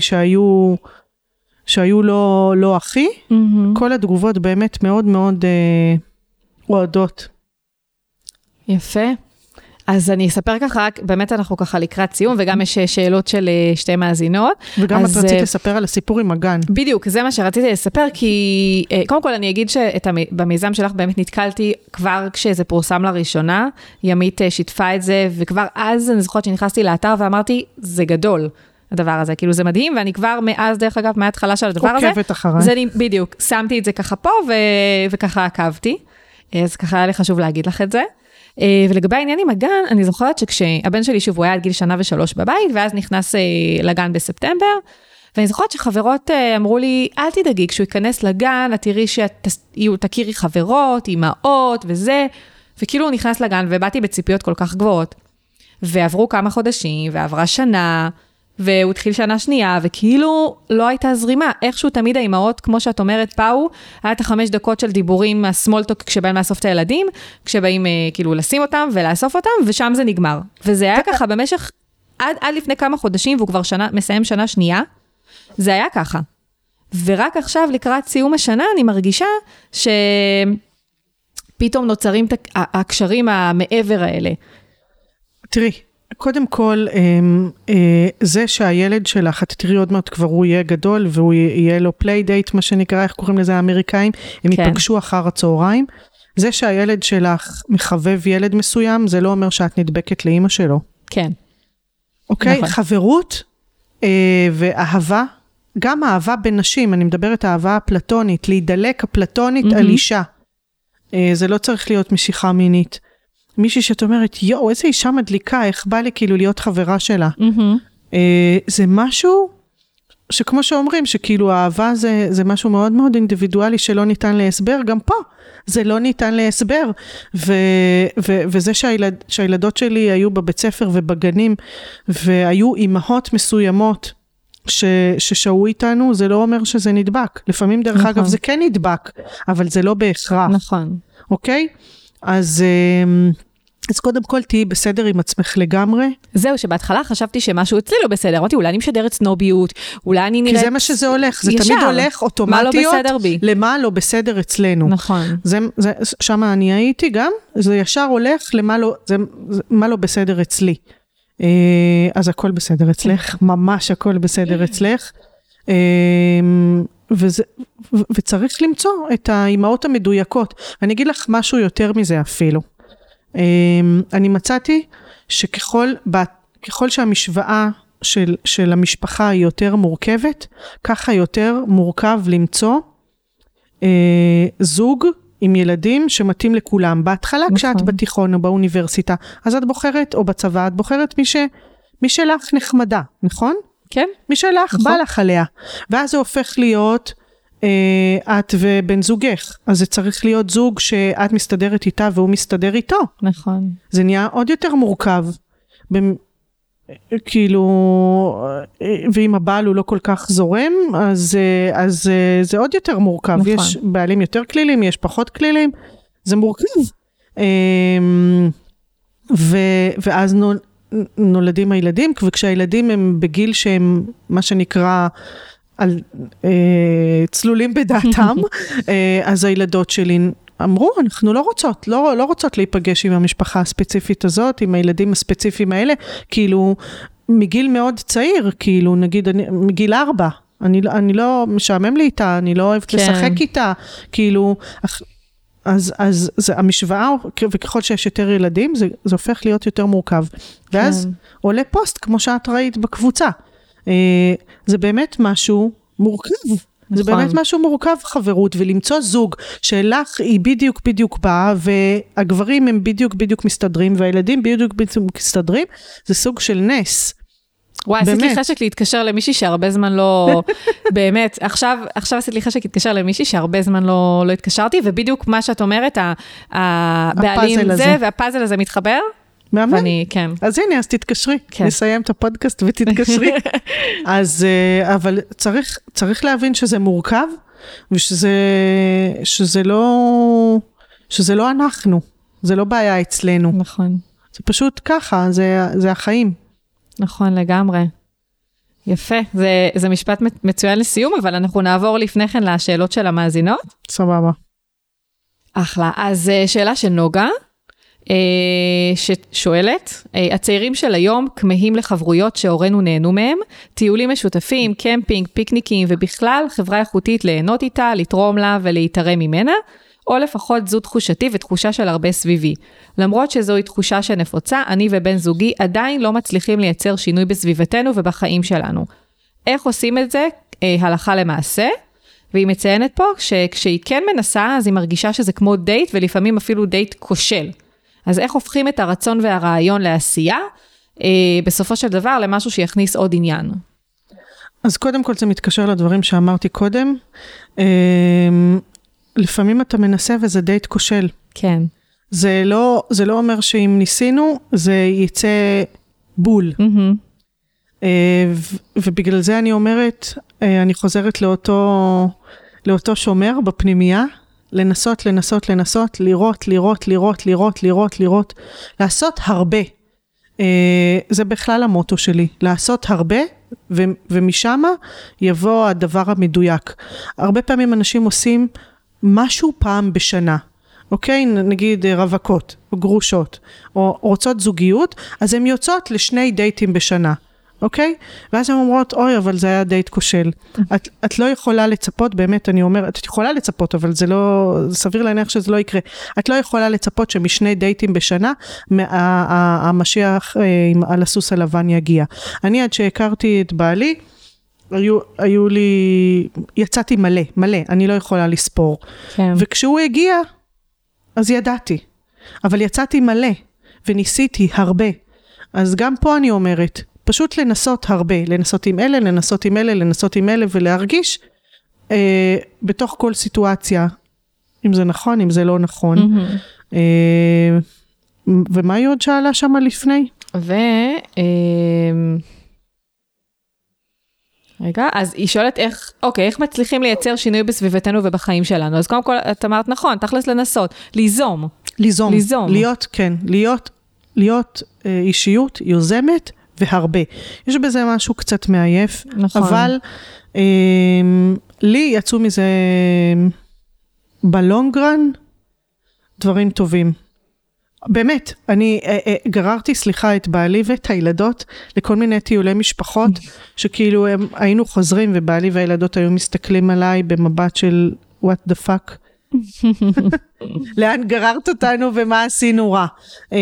שהיו לא הכי, כל התגובות באמת מאוד מאוד אוהדות. יפה. אז אני אספר ככה, באמת אנחנו ככה לקראת סיום, וגם יש שאלות של שתי מאזינות. וגם את רצית לספר על הסיפור עם הגן. בדיוק, זה מה שרציתי לספר, כי קודם כל אני אגיד שבמיזם שלך באמת נתקלתי כבר כשזה פורסם לראשונה, ימית שיתפה את זה, וכבר אז אני זוכרת שנכנסתי לאתר ואמרתי, זה גדול. הדבר הזה, כאילו זה מדהים, ואני כבר מאז, דרך אגב, מההתחלה של הדבר הזה, עוקבת אחריי. בדיוק, שמתי את זה ככה פה, וככה עקבתי, אז ככה היה לי חשוב להגיד לך את זה. ולגבי העניין עם הגן, אני זוכרת שכשהבן שלי שוב, הוא היה עד גיל 1.3 בבית, ואז נכנס לגן בספטמבר, ואני זוכרת שחברות אמרו לי, אל תדאגי, כשהוא ייכנס לגן, את תראי שתכירי חברות, אמהות וזה, וכאילו הוא נכנס לגן, ובאתי בציפיות כל כך גבוהות, ועברו כמה חודשים, ועברה שנה, והוא התחיל שנה שנייה, וכאילו לא הייתה זרימה, איכשהו תמיד האימהות, כמו שאת אומרת, פאו, היה את 5 דקות של דיבורים מהסמולטוק, כשבאים לאסוף את הילדים, כשבאים כאילו לשים אותם ולאסוף אותם, ושם זה נגמר. וזה היה ככה במשך, עד לפני כמה חודשים, והוא כבר מסיים שנה שנייה, זה היה ככה. ורק עכשיו, לקראת סיום השנה, אני מרגישה שפתאום נוצרים הקשרים המעבר האלה. תראי, קודם כל, זה שהילד שלך, את תראי עוד מעט כבר הוא יהיה גדול, והוא יהיה לו פליידייט, מה שנקרא, איך קוראים לזה האמריקאים, הם ייפגשו אחר הצהריים. זה שהילד שלך מחבב ילד מסוים, זה לא אומר שאת נדבקת לאמא שלו. כן. אוקיי? נכון. חברות ואהבה, גם אהבה בין נשים, אני מדברת אהבה הפלטונית, להידלק הפלטונית על אישה. זה לא צריך להיות משיכה מינית. מישהי שאת אומרת, יואו, איזה אישה מדליקה, איך בא לי כאילו להיות חברה שלה. זה משהו שכמו שאומרים, שכאילו האהבה זה משהו מאוד מאוד אינדיבידואלי שלא ניתן להסבר, גם פה זה לא ניתן להסבר. וזה שהילדות שלי היו בבית ספר ובגנים, והיו אימהות מסוימות, ששהו איתנו, זה לא אומר שזה נדבק. לפעמים דרך אגב זה כן נדבק, אבל זה לא בהכרח. נכון. אוקיי? אז קודם כל תהי בסדר עם עצמך לגמרי. זהו, שבהתחלה חשבתי שמשהו אצלי לא בסדר. אמרתי, אולי אני משדרת סנוביות, אולי אני נראית... כי זה מה שזה הולך, זה תמיד הולך אוטומטיות. מה לא בסדר בי? למה לא בסדר אצלנו. נכון. שם אני הייתי גם, זה ישר הולך למה לא בסדר אצלי. אז הכל בסדר אצלך, ממש הכל בסדר אצלך. וצריך למצוא את האימהות המדויקות. אני אגיד לך משהו יותר מזה אפילו. אני מצאתי שככל שהמשוואה של המשפחה היא יותר מורכבת, ככה יותר מורכב למצוא זוג עם ילדים שמתאים לכולם. בהתחלה כשאת בתיכון או באוניברסיטה, אז את בוחרת, או בצבא, את בוחרת מי שלך נחמדה, נכון? כן. מי שלך בא לך עליה. ואז זה הופך להיות את ובן זוגך. אז זה צריך להיות זוג שאת מסתדרת איתה והוא מסתדר איתו. נכון. זה נהיה עוד יותר מורכב. כאילו, ואם הבעל הוא לא כל כך זורם, אז זה עוד יותר מורכב. נכון. יש בעלים יותר כלילים, יש פחות כלילים. זה מורכב. ואז נולדים הילדים, וכשהילדים הם בגיל שהם, מה שנקרא, צלולים בדעתם, אז הילדות שלי אמרו, אנחנו לא רוצות להיפגש עם המשפחה הספציפית הזאת, עם הילדים הספציפיים האלה, כאילו, מגיל מאוד צעיר, כאילו, נגיד, מגיל 4, אני לא משעמם לי איתה, אני לא אוהבת לשחק איתה, כאילו, אז המשוואה, וככל שיש יותר ילדים, זה הופך להיות יותר מורכב. ואז עולה פוסט, כמו שאת ראית בקבוצה. זה באמת משהו מורכב. זה באמת משהו מורכב חברות, ולמצוא זוג שלך היא בדיוק באה, והגברים הם בדיוק מסתדרים, והילדים בדיוק מסתדרים, זה סוג של נס. וואי, עשית לי חשק להתקשר למישהי שהרבה זמן לא, באמת, עכשיו עשית לי חשק להתקשר למישהי שהרבה זמן לא התקשרתי, ובדיוק מה שאת אומרת, הבעלים זה, והפאזל הזה מתחבר. מאמן? כן. אז הנה, אז תתקשרי. נסיים את הפודקאסט ותתקשרי. אז, אבל צריך להבין שזה מורכב, ושזה לא אנחנו. זה לא בעיה אצלנו. נכון. זה פשוט ככה, זה החיים. נכון, לגמרי. יפה. זה משפט מצוין לסיום, אבל אנחנו נעבור לפני כן לשאלות של המאזינות. סבבה. אחלה. אז שאלה של נוגה, ששואלת, הצעירים של היום כמהים לחברויות שהורינו נהנו מהם, טיולים משותפים, קמפינג, פיקניקים, ובכלל חברה איכותית ליהנות איתה, לתרום לה ולהתערם ממנה, או לפחות זו תחושתי ותחושה של הרבה סביבי. למרות שזוהי תחושה שנפוצה, אני ובן זוגי עדיין לא מצליחים לייצר שינוי בסביבתנו ובחיים שלנו. איך עושים את זה? הלכה למעשה. והיא מציינת פה שכשהיא כן מנסה, אז היא מרגישה שזה כמו דייט, ולפעמים אפילו דייט כושל. אז איך הופכים את הרצון והרעיון לעשייה, בסופו של דבר למשהו שיכניס עוד עניין? אז קודם כל זה מתקשר לדברים שאמרתי קודם, לפעמים אתה מנסה וזה דייט כושל. כן. זה לא אומר שאם ניסינו, זה יצא בול. ובגלל זה אני אומרת, אני חוזרת לאותו שומר בפנימייה, לנסות, לראות, לעשות הרבה. זה בכלל המוטו שלי, לעשות הרבה, ומשם יבוא הדבר המדויק. הרבה פעמים אנשים עושים משהו פעם בשנה, אוקיי? נגיד רווקות, או גרושות, או רוצות זוגיות, אז הן יוצאות לשני דייטים בשנה. אוקיי? ואז הן אומרות, אוי, אבל זה היה דייט כושל. את לא יכולה לצפות, באמת, אני אומרת, את יכולה לצפות, אבל זה לא, סביר להניח שזה לא יקרה. את לא יכולה לצפות שמשני דייטים בשנה, המשיח על הסוס הלבן יגיע. אני עד שהכרתי את בעלי, היו לי, יצאתי מלא, אני לא יכולה לספור. כן. וכשהוא הגיע, אז ידעתי. אבל יצאתי מלא, וניסיתי הרבה. אז גם פה אני אומרת, פשוט לנסות הרבה, לנסות עם אלה, ולהרגיש בתוך כל סיטואציה, אם זה נכון, אם זה לא נכון. ומה היא עוד שאלה שמה לפני? רגע, אז היא שואלת איך מצליחים לייצר שינוי בסביבתנו ובחיים שלנו? אז קודם כל, את אמרת נכון, תכלס לנסות, ליזום. להיות אישיות יוזמת והרבה. יש בזה משהו קצת מעייף, נכון. אבל לי יצאו מזה בלונגרן דברים טובים. באמת, אני גררתי, את בעלי ואת הילדות לכל מיני טיולי משפחות, שכאילו היינו חוזרים ובעלי והילדות היו מסתכלים עליי במבט של what the fuck. לאן גררת אותנו ומה עשינו רע.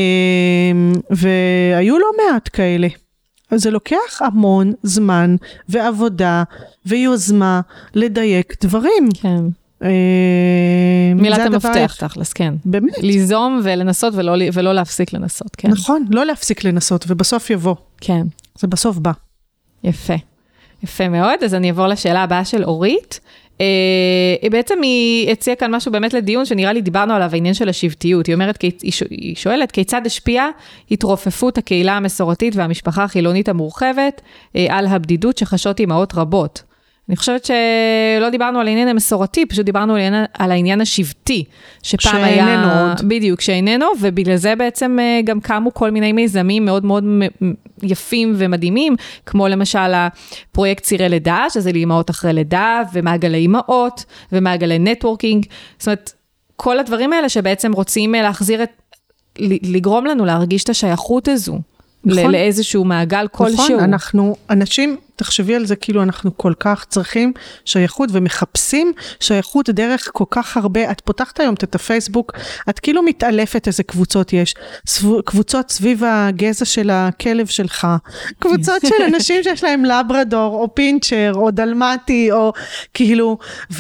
והיו לא מעט כאלה. אז זה לוקח המון זמן ועבודה ויוזמה לדייק דברים. כן. מילת המפתח תכלס, כן. באמת. ליזום ולנסות ולא להפסיק לנסות, כן. נכון, לא להפסיק לנסות, ובסוף יבוא. כן. זה בסוף בא. יפה. יפה מאוד, אז אני אעבור לשאלה הבאה של אורית. בעצם היא הציעה כאן משהו באמת לדיון, שנראה לי דיברנו עליו, העניין של השבטיות. היא שואלת, כיצד השפיעה התרופפות הקהילה המסורתית והמשפחה החילונית המורחבת על הבדידות שחשות אימהות רבות? אני חושבת שלא דיברנו על העניין המסורתי, פשוט דיברנו על העניין השבטי, שפעם היה... בדיוק, שאיננו, ובגלל זה בעצם גם קמו כל מיני מיזמים מאוד מאוד יפים ומדהימים, כמו למשל הפרויקט צירי לידה, שזה לאימהות אחרי לידה, ומעגלי אימהות, ומעגלי נטוורקינג, זאת אומרת, כל הדברים האלה שבעצם רוצים להחזיר לגרום לנו להרגיש את השייכות הזו. נכון. לאיזשהו מעגל כלשהו. נכון, אנחנו, אנשים, תחשבי על זה כאילו אנחנו כל כך צריכים שייכות ומחפשים שייכות דרך כל כך הרבה, את פותחת היום את הפייסבוק, את כאילו מתעלפת איזה קבוצות יש, קבוצות סביב הגזע של הכלב שלך, קבוצות של אנשים שיש להם לברדור או פינצ'ר או דלמטי או כאילו,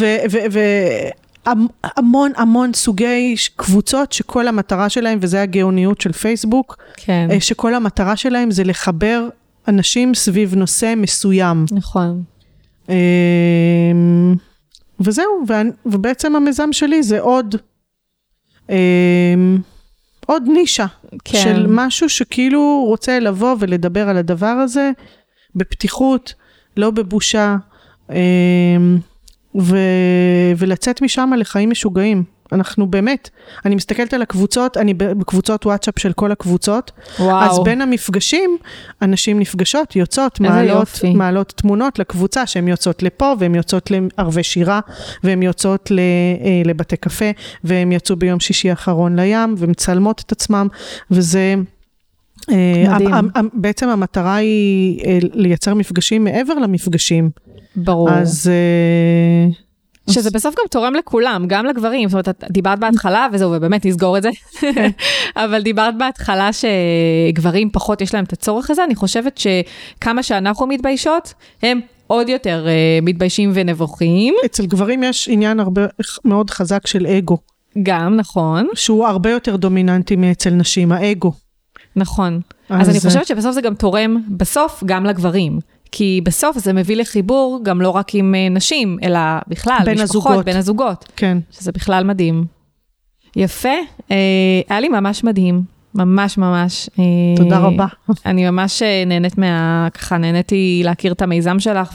המון סוגי קבוצות שכל המטרה שלהם, וזה הגאוניות של פייסבוק, כן. שכל המטרה שלהם זה לחבר אנשים סביב נושא מסוים. נכון. וזהו, ובעצם המיזם שלי זה עוד נישה, כן. של משהו שכאילו רוצה לבוא ולדבר על הדבר הזה, בפתיחות, לא בבושה, ולצאת משם לחיים משוגעים. אנחנו באמת, אני מסתכלת על הקבוצות, אני בקבוצות וואטסאפ של כל הקבוצות, וואו. אז בין המפגשים, אנשים נפגשות, יוצאות, מעלות תמונות לקבוצה, שהן יוצאות לפה, והן יוצאות לערבי שירה, והן יוצאות לבתי קפה, והן יצאו ביום שישי האחרון לים, ומצלמות את עצמם, וזה... בעצם המטרה היא לייצר מפגשים מעבר למפגשים. ברור. אז... שזה בסוף גם תורם לכולם, גם לגברים. זאת אומרת, את דיברת בהתחלה, וזהו, ובאמת נסגור את זה. אבל דיברת בהתחלה שגברים פחות יש להם את הצורך הזה. אני חושבת שכמה שאנחנו מתביישות, הם עוד יותר מתביישים ונבוכים. אצל גברים יש עניין הרבה מאוד חזק של אגו. גם, נכון. שהוא הרבה יותר דומיננטי מאצל נשים, האגו. נכון. אז אני חושבת שבסוף זה גם תורם, בסוף גם לגברים. כי בסוף זה מביא לחיבור גם לא רק עם נשים, אלא בכלל, משפחות, בין הזוגות. כן. שזה בכלל מדהים. יפה. היה לי ממש מדהים. ממש ממש. תודה רבה. אני ממש נהנית ככה נהניתי להכיר את המיזם שלך,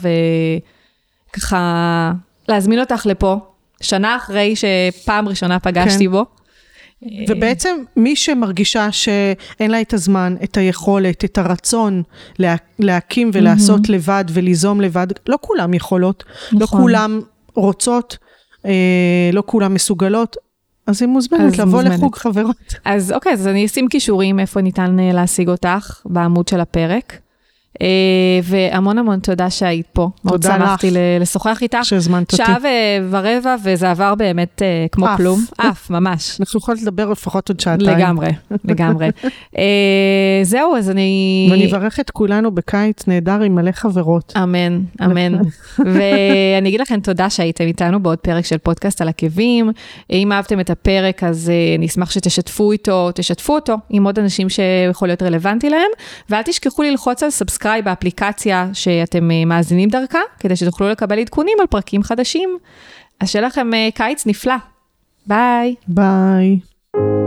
וככה להזמין אותך לפה, שנה אחרי שפעם ראשונה פגשתי בו. ובעצם מי שמרגישה שאין לה את הזמן, את היכולת, את הרצון להקים ולעשות לבד וליזום לבד, לא כולם יכולות, לא כולם רוצות, לא כולם מסוגלות, אז היא מוזמנת לבוא לחוג חברות. אז אוקיי, אז אני אשים קישורים איפה ניתן להשיג אותך בעמוד של הפרק. והמון המון תודה שהיית פה. תודה לך. מאוד שמחתי לשוחח איתך. שהזמנת אותי. שעה ורבע, וזה עבר באמת כמו כלום. ממש. אנחנו יכולים לדבר לפחות עוד שעתיים. לגמרי, לגמרי. זהו, אז ואני אברך את כולנו בקיץ נהדר עם מלא חברות. אמן, אמן. ואני אגיד לכם תודה שהייתם איתנו בעוד פרק של פודקאסט על עקבים. אם אהבתם את הפרק, אז נשמח שתשתפו אותו עם עוד אנשים שיכול להיות רלוונטי להם, ואל תשכחו ללחוץ על סאבסקרייב באפליקציה שאתם מאזינים דרכה, כדי שתוכלו לקבל עדכונים על פרקים חדשים. אז שיהיה לכם קיץ נפלא. ביי. ביי.